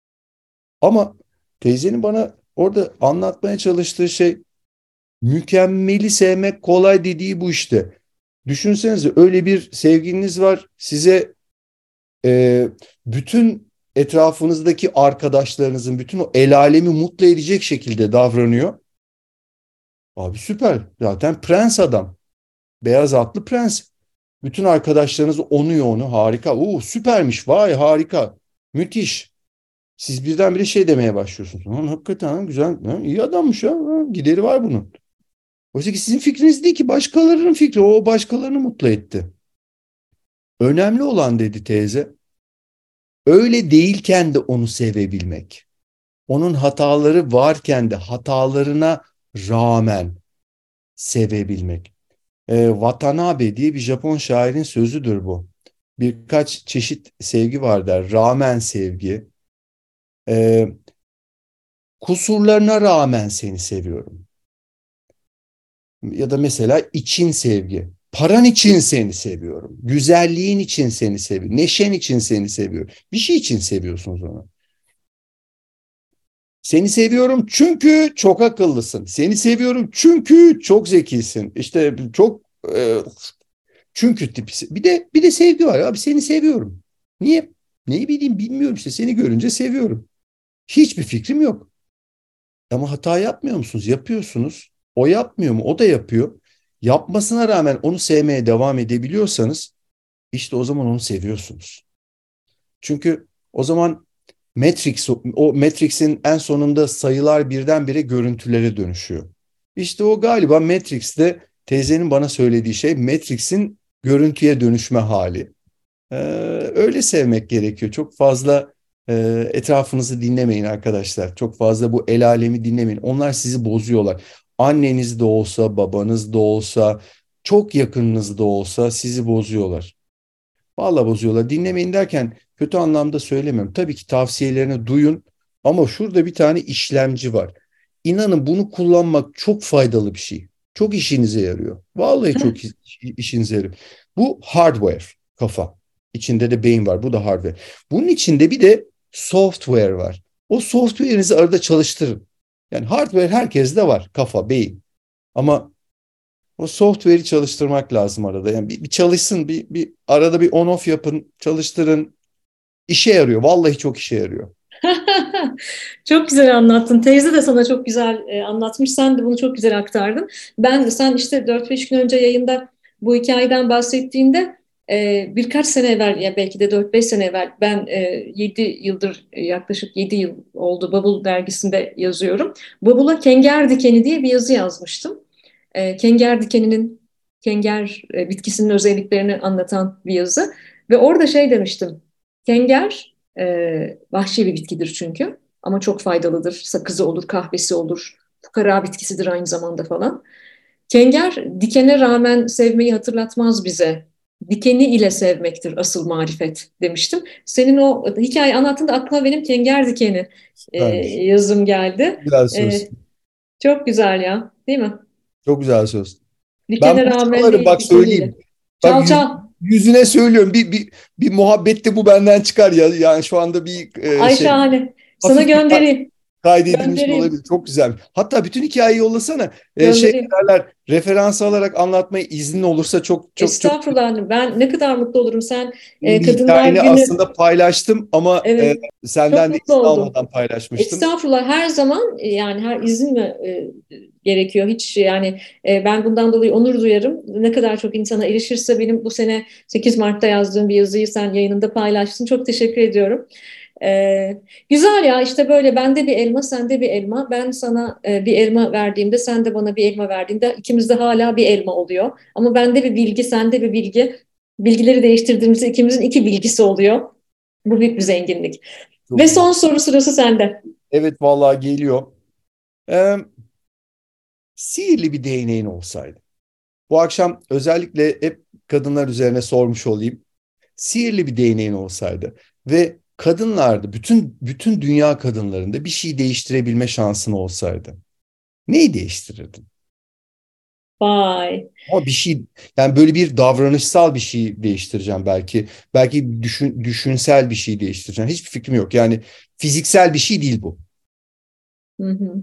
Ama teyzenin bana orada anlatmaya çalıştığı şey, mükemmeli sevmek kolay dediği bu işte. Düşünsenize, öyle bir sevgiliniz var, size e, bütün etrafınızdaki arkadaşlarınızın, bütün o el alemi mutlu edecek şekilde davranıyor. Abi süper. Zaten prens adam. Beyaz atlı prens. Bütün arkadaşlarınız onuyor onu. Harika. Oo, süpermiş. Vay harika. Müthiş. Siz birdenbire şey demeye başlıyorsunuz. Lan, hakikaten ha, güzel. Ha, iyi adammış ya. Ha, gideri var bunun. Oysa ki sizin fikriniz değil ki, başkalarının fikri. O başkalarını mutlu etti. Önemli olan, dedi teyze, öyle değilken de onu sevebilmek. Onun hataları varken de hatalarına rağmen sevebilmek. E, Watanabe diye bir Japon şairin sözüdür bu. Birkaç çeşit sevgi var der. Rağmen sevgi. E, kusurlarına rağmen seni seviyorum. Ya da mesela için sevgi. Paran için seni seviyorum. Güzelliğin için seni seviyorum. Neşen için seni seviyorum. Bir şey için seviyorsunuz onu. Seni seviyorum çünkü çok akıllısın. Seni seviyorum çünkü çok zekisin. İşte çok e, çünkü tipisi. Bir de bir de sevgi var. Abi seni seviyorum. Niye? Neyi bileyim bilmiyorum işte. Seni görünce seviyorum. Hiçbir fikrim yok. Ama hata yapmıyor musunuz? Yapıyorsunuz. O yapmıyor mu? O da yapıyor. Yapmasına rağmen onu sevmeye devam edebiliyorsanız işte o zaman onu seviyorsunuz. Çünkü o zaman Matrix, o Matrix'in en sonunda sayılar birdenbire görüntülere dönüşüyor. İşte o galiba Matrix'te teyzenin bana söylediği şey, Matrix'in görüntüye dönüşme hali. Ee, öyle sevmek gerekiyor. Çok fazla e, etrafınızı dinlemeyin arkadaşlar. Çok fazla bu el alemi dinlemeyin. Onlar sizi bozuyorlar. Anneniz de olsa, babanız da olsa, çok yakınınız da olsa sizi bozuyorlar. Vallahi bozuyorlar. Dinlemeyin derken kötü anlamda söylemiyorum. Tabii ki tavsiyelerini duyun ama şurada bir tane işlemci var. İnanın bunu kullanmak çok faydalı bir şey. Çok işinize yarıyor. Vallahi çok işinize yarıyor. Bu hardware, kafa. İçinde de beyin var. Bu da hardware. Bunun içinde bir de software var. O software'inizi arada çalıştırın. Yani hardware herkeste var. Kafa, beyin. Ama o software'i çalıştırmak lazım arada. Yani bir, bir çalışsın, bir, bir arada bir on off yapın, çalıştırın. İşe yarıyor. Vallahi çok işe yarıyor. Çok güzel anlattın. Teyze de sana çok güzel e, anlatmış. Sen de bunu çok güzel aktardın. Ben sen işte dört beş gün önce yayında bu hikayeden bahsettiğinde e, birkaç sene evvel ya belki de dört beş sene evvel ben e, yedi yıldır e, yaklaşık yedi yıl oldu Bubble dergisinde yazıyorum. Bubble'a Kenger Dikeni diye bir yazı yazmıştım. E, Kenger Dikeni'nin Kenger e, bitkisinin özelliklerini anlatan bir yazı ve orada şey demiştim. Kenger e, vahşi bir bitkidir çünkü ama çok faydalıdır. Sakızı olur, kahvesi olur, fukara bitkisidir aynı zamanda falan. Kenger dikene rağmen sevmeyi hatırlatmaz bize. Dikeni ile sevmektir asıl marifet demiştim. Senin o hikaye anlattığında aklıma benim kenger dikeni e, Süpermiş. yazım geldi. Güzel E, söz. çok güzel ya, değil mi? Çok güzel söz. Ben Dikene bunu rağmen çalarım, değil, bak dikeniyle. söyleyeyim. Bak Çal yüz, çal. yüzüne söylüyorum. Bir, bir, bir muhabbette bu benden çıkar ya. Yani şu anda bir e, Ay şey şahane. Sana hafif bir göndereyim. kaydedilmiş Göndereyim. olabilir. Çok güzel. Hatta bütün hikayeyi yollasana. Ee, şey Göndereyim. derler, referans alarak anlatmaya iznin olursa çok çok çok Estağfurullah. Ben ne kadar mutlu olurum. Sen benim e, bir Kadınlar hikayeni Günü. aslında paylaştım ama e, Evet. Çok senden de mutlu izin oldum. almadan paylaşmıştım. Estağfurullah, her zaman e, yani her izin mi e, gerekiyor hiç yani e, ben bundan dolayı onur duyarım. Ne kadar çok insana erişirse benim bu sene sekiz Mart'ta yazdığım bir yazıyı sen yayınında paylaştın. Çok teşekkür ediyorum. E, güzel ya, işte böyle bende bir elma sende bir elma, ben sana e, bir elma verdiğimde sen de bana bir elma verdiğinde ikimiz de hala bir elma oluyor. Ama bende bir bilgi sende bir bilgi, bilgileri değiştirdiğimizde ikimizin iki bilgisi oluyor. Bu büyük bir zenginlik. Ve Çok güzel. son soru sırası sende. Evet, vallahi geliyor. Ee, Sihirli bir değneğin olsaydı. Bu akşam özellikle hep kadınlar üzerine sormuş olayım. Sihirli bir değneğin olsaydı ve kadınlarda, bütün bütün dünya kadınlarında bir şey değiştirebilme şansın olsaydı, neyi değiştirirdin? Vay. Ama bir şey, yani böyle bir davranışsal bir şey değiştireceğim belki. Belki düşün, düşünsel bir şey değiştireceğim. Hiçbir fikrim yok. Yani fiziksel bir şey değil bu. Hı hı.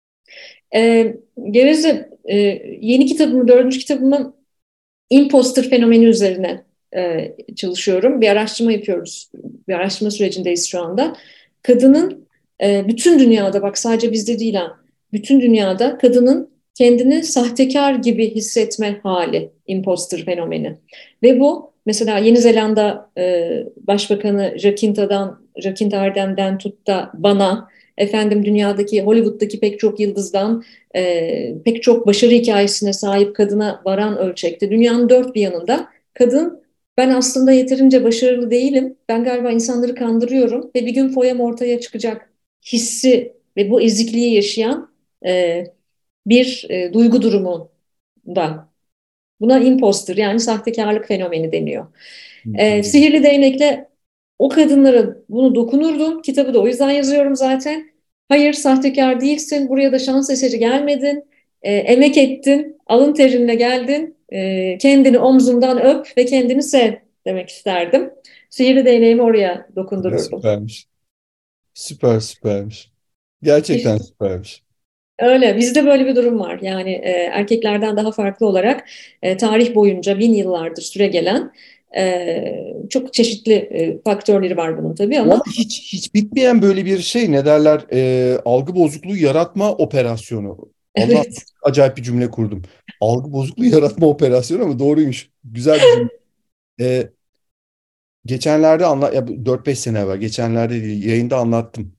Ee, Geveze, e, yeni kitabımı, dördüncü kitabımı imposter fenomeni üzerine e, çalışıyorum. Bir araştırma yapıyoruz. Bir araştırma sürecindeyiz şu anda. Kadının e, bütün dünyada, bak sadece bizde değil ha, bütün dünyada kadının kendini sahtekar gibi hissetme hali, imposter fenomeni. Ve bu mesela Yeni Zelanda e, Başbakanı Jacinta'dan, Jacinta Ardern'den tut da bana, efendim dünyadaki Hollywood'daki pek çok yıldızdan e, pek çok başarı hikayesine sahip kadına varan ölçekte dünyanın dört bir yanında kadın, ben aslında yeterince başarılı değilim, ben galiba insanları kandırıyorum ve bir gün foyam ortaya çıkacak hissi ve bu ezikliği yaşayan e, bir e, duygu durumu da. Buna imposter yani sahtekarlık fenomeni deniyor. E, sihirli değnekle o kadınlara bunu dokunurdum. Kitabı da o yüzden yazıyorum zaten. Hayır, sahtekar değilsin. Buraya da şans eseri gelmedin. E, emek ettin. Alın terinle geldin. E, kendini omzundan öp ve kendini sev demek isterdim. Sihirli değneğimi oraya Süper, dokundururdum. süpermiş. Süper süpermiş. Gerçekten İşte süpermiş. öyle. Bizde böyle bir durum var. Yani e, erkeklerden daha farklı olarak e, tarih boyunca bin yıllardır süregelen e, çok çeşitli e, faktörleri var bunun tabii Bu ama ama hiç hiç bitmeyen böyle bir şey, ne derler, e, algı bozukluğu yaratma operasyonu. Allah, evet. acayip bir cümle kurdum. Algı bozukluğu yaratma operasyonu ama doğruymuş. Güzel bir cümle. E, Geçenlerde anla ya dört beş sene evvel, geçenlerde değil, yayında anlattım.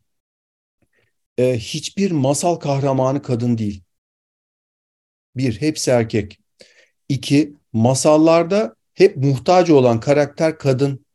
E, hiçbir masal kahramanı kadın değil. Bir, hepsi erkek. İki, masallarda hep muhtaç olan karakter kadın.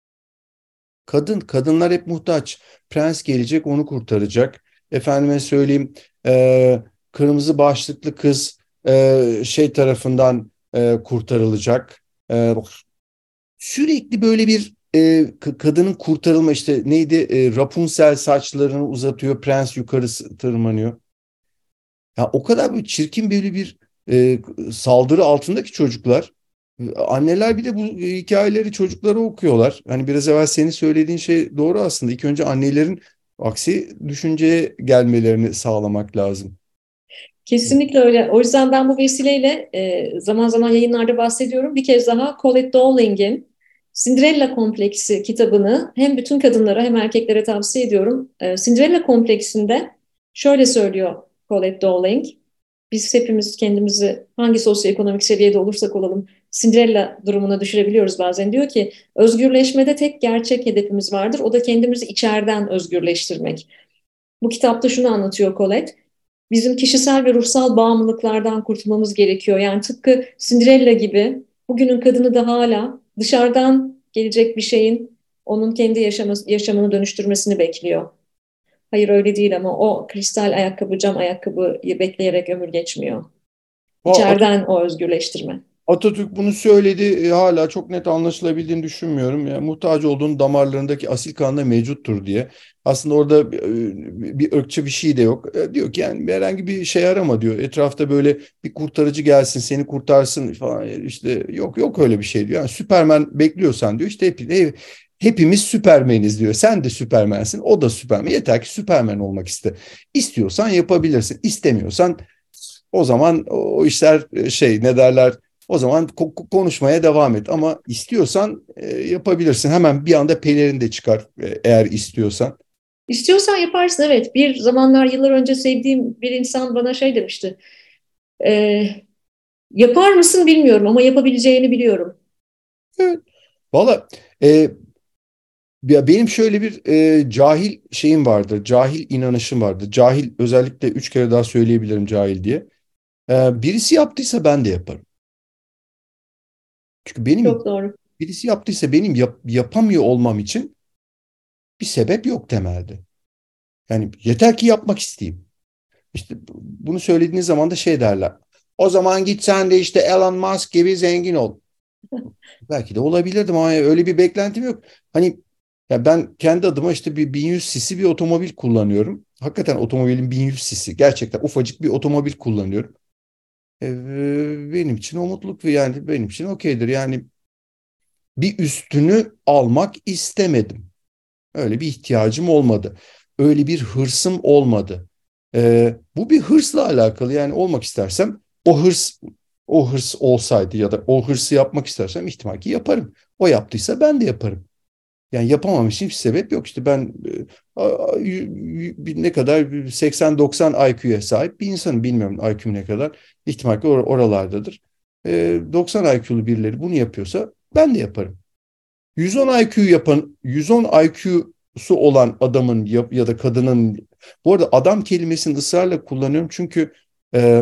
Kadın, kadınlar hep muhtaç. Prens gelecek, onu kurtaracak. Efendime söyleyeyim, e, kırmızı başlıklı kız e, şey tarafından e, kurtarılacak. E, Sürekli böyle bir e, kadının kurtarılma, işte neydi, e, Rapunzel saçlarını uzatıyor, prens yukarı tırmanıyor. Ya o kadar böyle çirkin, böyle bir e, saldırı altındaki çocuklar. Anneler bir de bu hikayeleri çocuklara okuyorlar. Hani biraz evvel senin söylediğin şey doğru aslında. İlk önce annelerin aksi düşünceye gelmelerini sağlamak lazım. Kesinlikle öyle. O yüzden ben bu vesileyle e, zaman zaman yayınlarda bahsediyorum. Bir kez daha Colette Dowling'in Cinderella Kompleksi kitabını hem bütün kadınlara hem erkeklere tavsiye ediyorum. E, Cinderella Kompleksinde şöyle söylüyor Colette Dowling. Biz hepimiz kendimizi hangi sosyoekonomik seviyede olursak olalım Cinderella durumuna düşürebiliyoruz bazen. Diyor ki özgürleşmede tek gerçek hedefimiz vardır. O da kendimizi içeriden özgürleştirmek. Bu kitapta şunu anlatıyor Colette. Bizim kişisel ve ruhsal bağımlılıklardan kurtulmamız gerekiyor. Yani tıpkı Cinderella gibi bugünün kadını da hala dışarıdan gelecek bir şeyin onun kendi yaşaması, yaşamını dönüştürmesini bekliyor. Hayır öyle değil ama o kristal ayakkabı, cam ayakkabıyı bekleyerek ömür geçmiyor. O İçeriden o özgürleştirme. Atatürk bunu söyledi. E, hala çok net anlaşılabildiğini düşünmüyorum. Yani muhtaç olduğun damarlarındaki asil kanda mevcuttur diye. Aslında orada e, bir ırkçı bir şey de yok. E, diyor ki yani herhangi bir şey arama diyor. Etrafta böyle bir kurtarıcı gelsin, seni kurtarsın falan. E, işte yok yok öyle bir şey diyor. Yani Süperman bekliyorsan diyor işte hep, he- hepimiz Süpermeniz diyor. Sen de Süpermensin, o da Süpermen. Yeter ki Süpermen olmak iste. İstiyorsan yapabilirsin. İstemiyorsan o zaman o işler e, şey ne derler, o zaman konuşmaya devam et. Ama istiyorsan e, yapabilirsin. Hemen bir anda pelerin de çıkar e, eğer istiyorsan. İstiyorsan yaparsın, evet. Bir zamanlar yıllar önce sevdiğim bir insan bana şey demişti. E, Yapar mısın bilmiyorum ama yapabileceğini biliyorum. Evet. Valla e, ya benim şöyle bir e, cahil şeyim vardı. Cahil inanışım vardı. Cahil, özellikle üç kere daha söyleyebilirim cahil diye. E, birisi yaptıysa ben de yaparım. Çünkü benim Çok doğru. birisi yaptıysa benim yap- yapamıyor olmam için bir sebep yok temelde. Yani yeter ki yapmak isteyeyim. İşte bunu söylediğiniz zaman da şey derler. O zaman git sen de işte Elon Musk gibi zengin ol. Belki de olabilirdim ama öyle bir beklentim yok. Hani ya ben kendi adıma işte bir bin yüz cc bir otomobil kullanıyorum. Hakikaten otomobilin bin yüz cc. Gerçekten ufacık bir otomobil kullanıyorum. E, benim için o mutluluk ve yani benim için okeydir. Yani bir üstünü almak istemedim. Öyle bir ihtiyacım olmadı. Öyle bir hırsım olmadı. Ee, bu bir hırsla alakalı. Yani olmak istersem o hırs o hırs olsaydı ya da o hırsı yapmak istersem ihtimal ki yaparım. O yaptıysa ben de yaparım. Yani yapamam için hiçbir sebep yok. İşte ben e, a- a- y- y- ne kadar seksen doksan I Q'ya sahip bir insanım. Bilmiyorum I Q'm ne kadar. İhtimal ki or- oralardadır. E, doksan I Q'lu birileri bunu yapıyorsa ben de yaparım. yüz on I Q yapan, yüz on I Q'su olan adamın ya, ya da kadının, bu arada adam kelimesini ısrarla kullanıyorum çünkü e,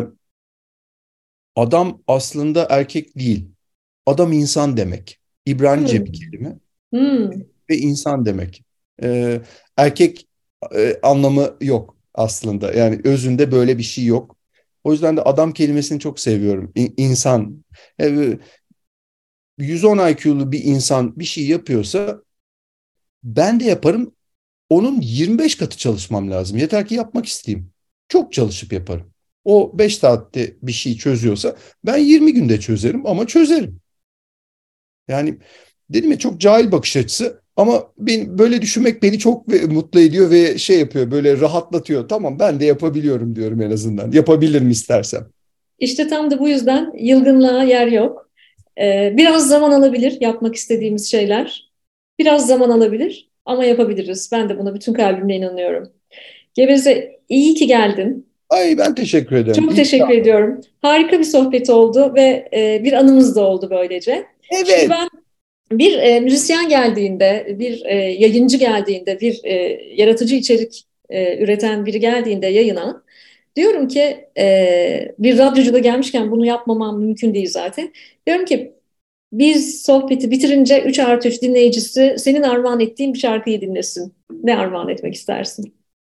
adam aslında erkek değil. Adam insan demek. İbranice bir Hmm. kelime Hmm. ve insan demek. E, erkek e, anlamı yok aslında. Yani özünde böyle bir şey yok. O yüzden de adam kelimesini çok seviyorum. İ- İnsan. E, yüz on I Q'lu bir insan bir şey yapıyorsa ben de yaparım. Onun yirmi beş katı çalışmam lazım. Yeter ki yapmak isteyeyim. Çok çalışıp yaparım. O beş saatte bir şey çözüyorsa ben yirmi günde çözerim ama çözerim. Yani dedim ya, çok cahil bakış açısı ama ben, böyle düşünmek beni çok ve- mutlu ediyor ve şey yapıyor, böyle rahatlatıyor. Tamam, ben de yapabiliyorum diyorum en azından. Yapabilirim istersem. İşte tam da bu yüzden yılgınlığa yer yok. Ee, biraz zaman alabilir yapmak istediğimiz şeyler. Biraz zaman alabilir ama yapabiliriz. Ben de buna bütün kalbimle inanıyorum. Geveze, iyi ki geldin. Ay, ben teşekkür ederim. Çok İyi ki teşekkür ediyorum. Harika bir sohbet oldu ve e, bir anımız da oldu böylece. Şimdi evet. ben bir e, müzisyen geldiğinde, bir e, yayıncı geldiğinde, bir e, yaratıcı içerik e, üreten biri geldiğinde yayına diyorum ki e, bir radyocu da gelmişken bunu yapmamam mümkün değil zaten. Diyorum ki biz sohbeti bitirince üç artı üç dinleyicisi senin armağan ettiğin bir şarkıyı dinlesin. Ne armağan etmek istersin?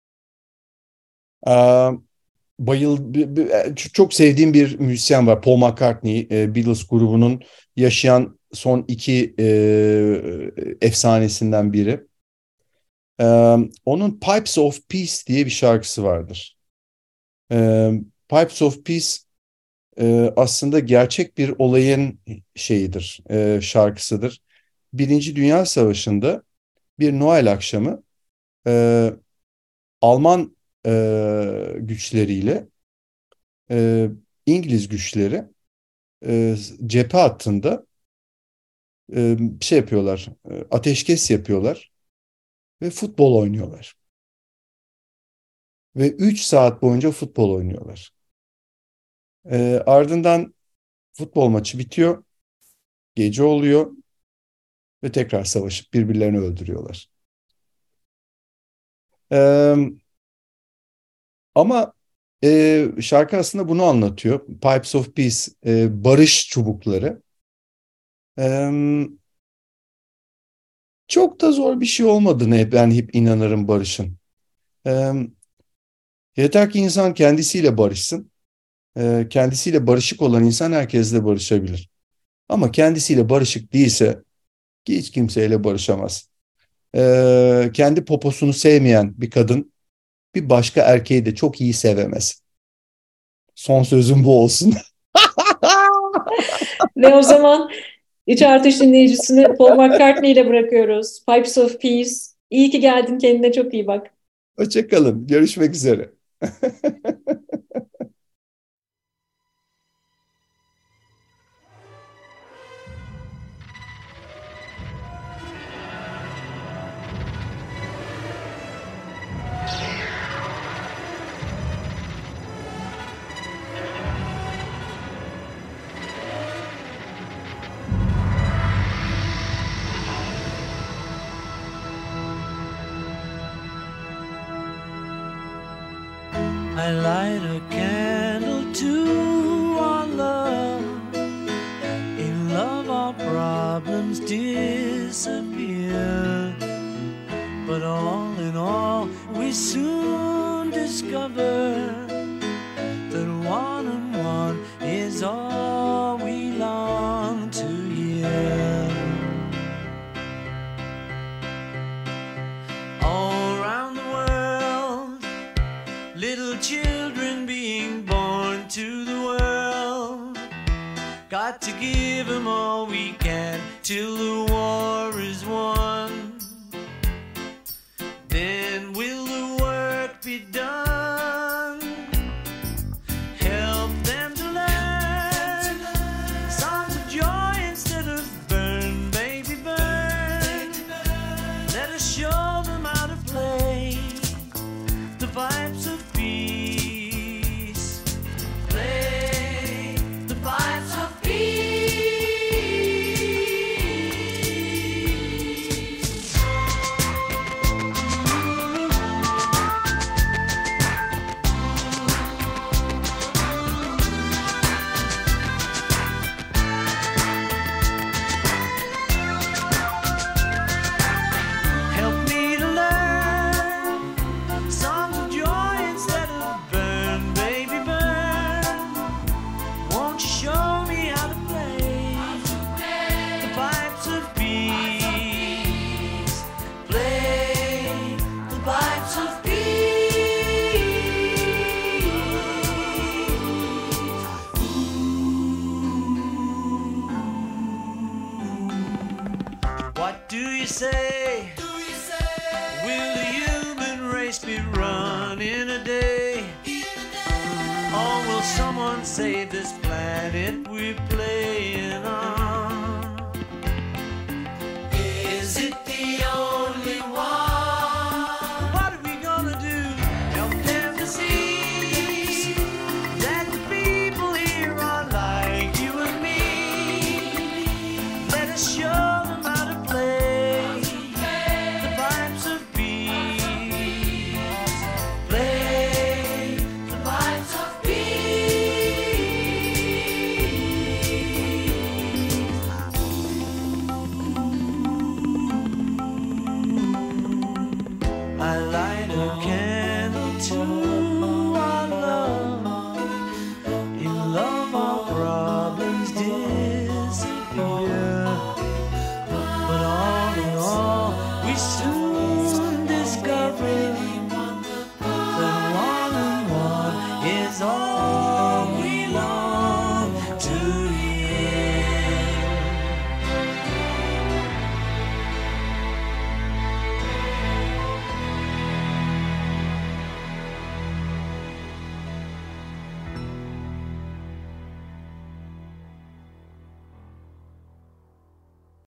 Aa, bayıl çok sevdiğim bir müzisyen var, Paul McCartney, e, Beatles grubunun yaşayan son iki e, efsanesinden biri. E, onun Pipes of Peace diye bir şarkısı vardır. E, Pipes of Peace e, aslında gerçek bir olayın şeyidir, e, şarkısıdır. Birinci Dünya Savaşı'nda bir Noel akşamı e, Alman e, güçleriyle e, İngiliz güçleri e, cephe hattında e, şey yapıyorlar, e, ateşkes yapıyorlar ve futbol oynuyorlar. Ve üç saat boyunca futbol oynuyorlar. E, ardından futbol maçı bitiyor, gece oluyor ve tekrar savaşıp birbirlerini öldürüyorlar. E, ama e, şarkı aslında bunu anlatıyor. Pipes of Peace, e, barış çubukları. E, çok da zor bir şey olmadığını hep, ben hep inanırım barışın. Ee, Yeter ki insan kendisiyle barışsın. Ee, kendisiyle barışık olan insan herkesle barışabilir. Ama kendisiyle barışık değilse hiç kimseyle barışamaz. Ee, kendi poposunu sevmeyen bir kadın bir başka erkeği de çok iyi sevemez. Son sözüm bu olsun. Ve o zaman İç Artış dinleyicisini Paul McCartney ile bırakıyoruz. Pipes of Peace. İyi ki geldin. Kendine çok iyi bak. Hoşça kalın. Görüşmek üzere. I light a candle to our love. In love our problems disappear. But all in all we soon discover that one and one is all we long to hear. All around the world, little children being born to the world. Got to give them all we can till the war is won. Then will the work be done? Help them to learn songs of joy instead of burn, baby, burn. Let us show them how to play the pipes of peace. Play the pipes of peace. Help me to learn songs of joy instead of burn, baby, burn. Won't you show me how to play the pipes of peace? Play the pipes of peace. What do you say? Will the human race be run in a day? Or will someone save this planet we're playing on? Is it the only one? What are we gonna do? Help them to see that the people here are like you and me. Let us show them how to play the pipes of peace. Play the pipes of I light a candle to our love. In love our problems disappear. But all in all we soon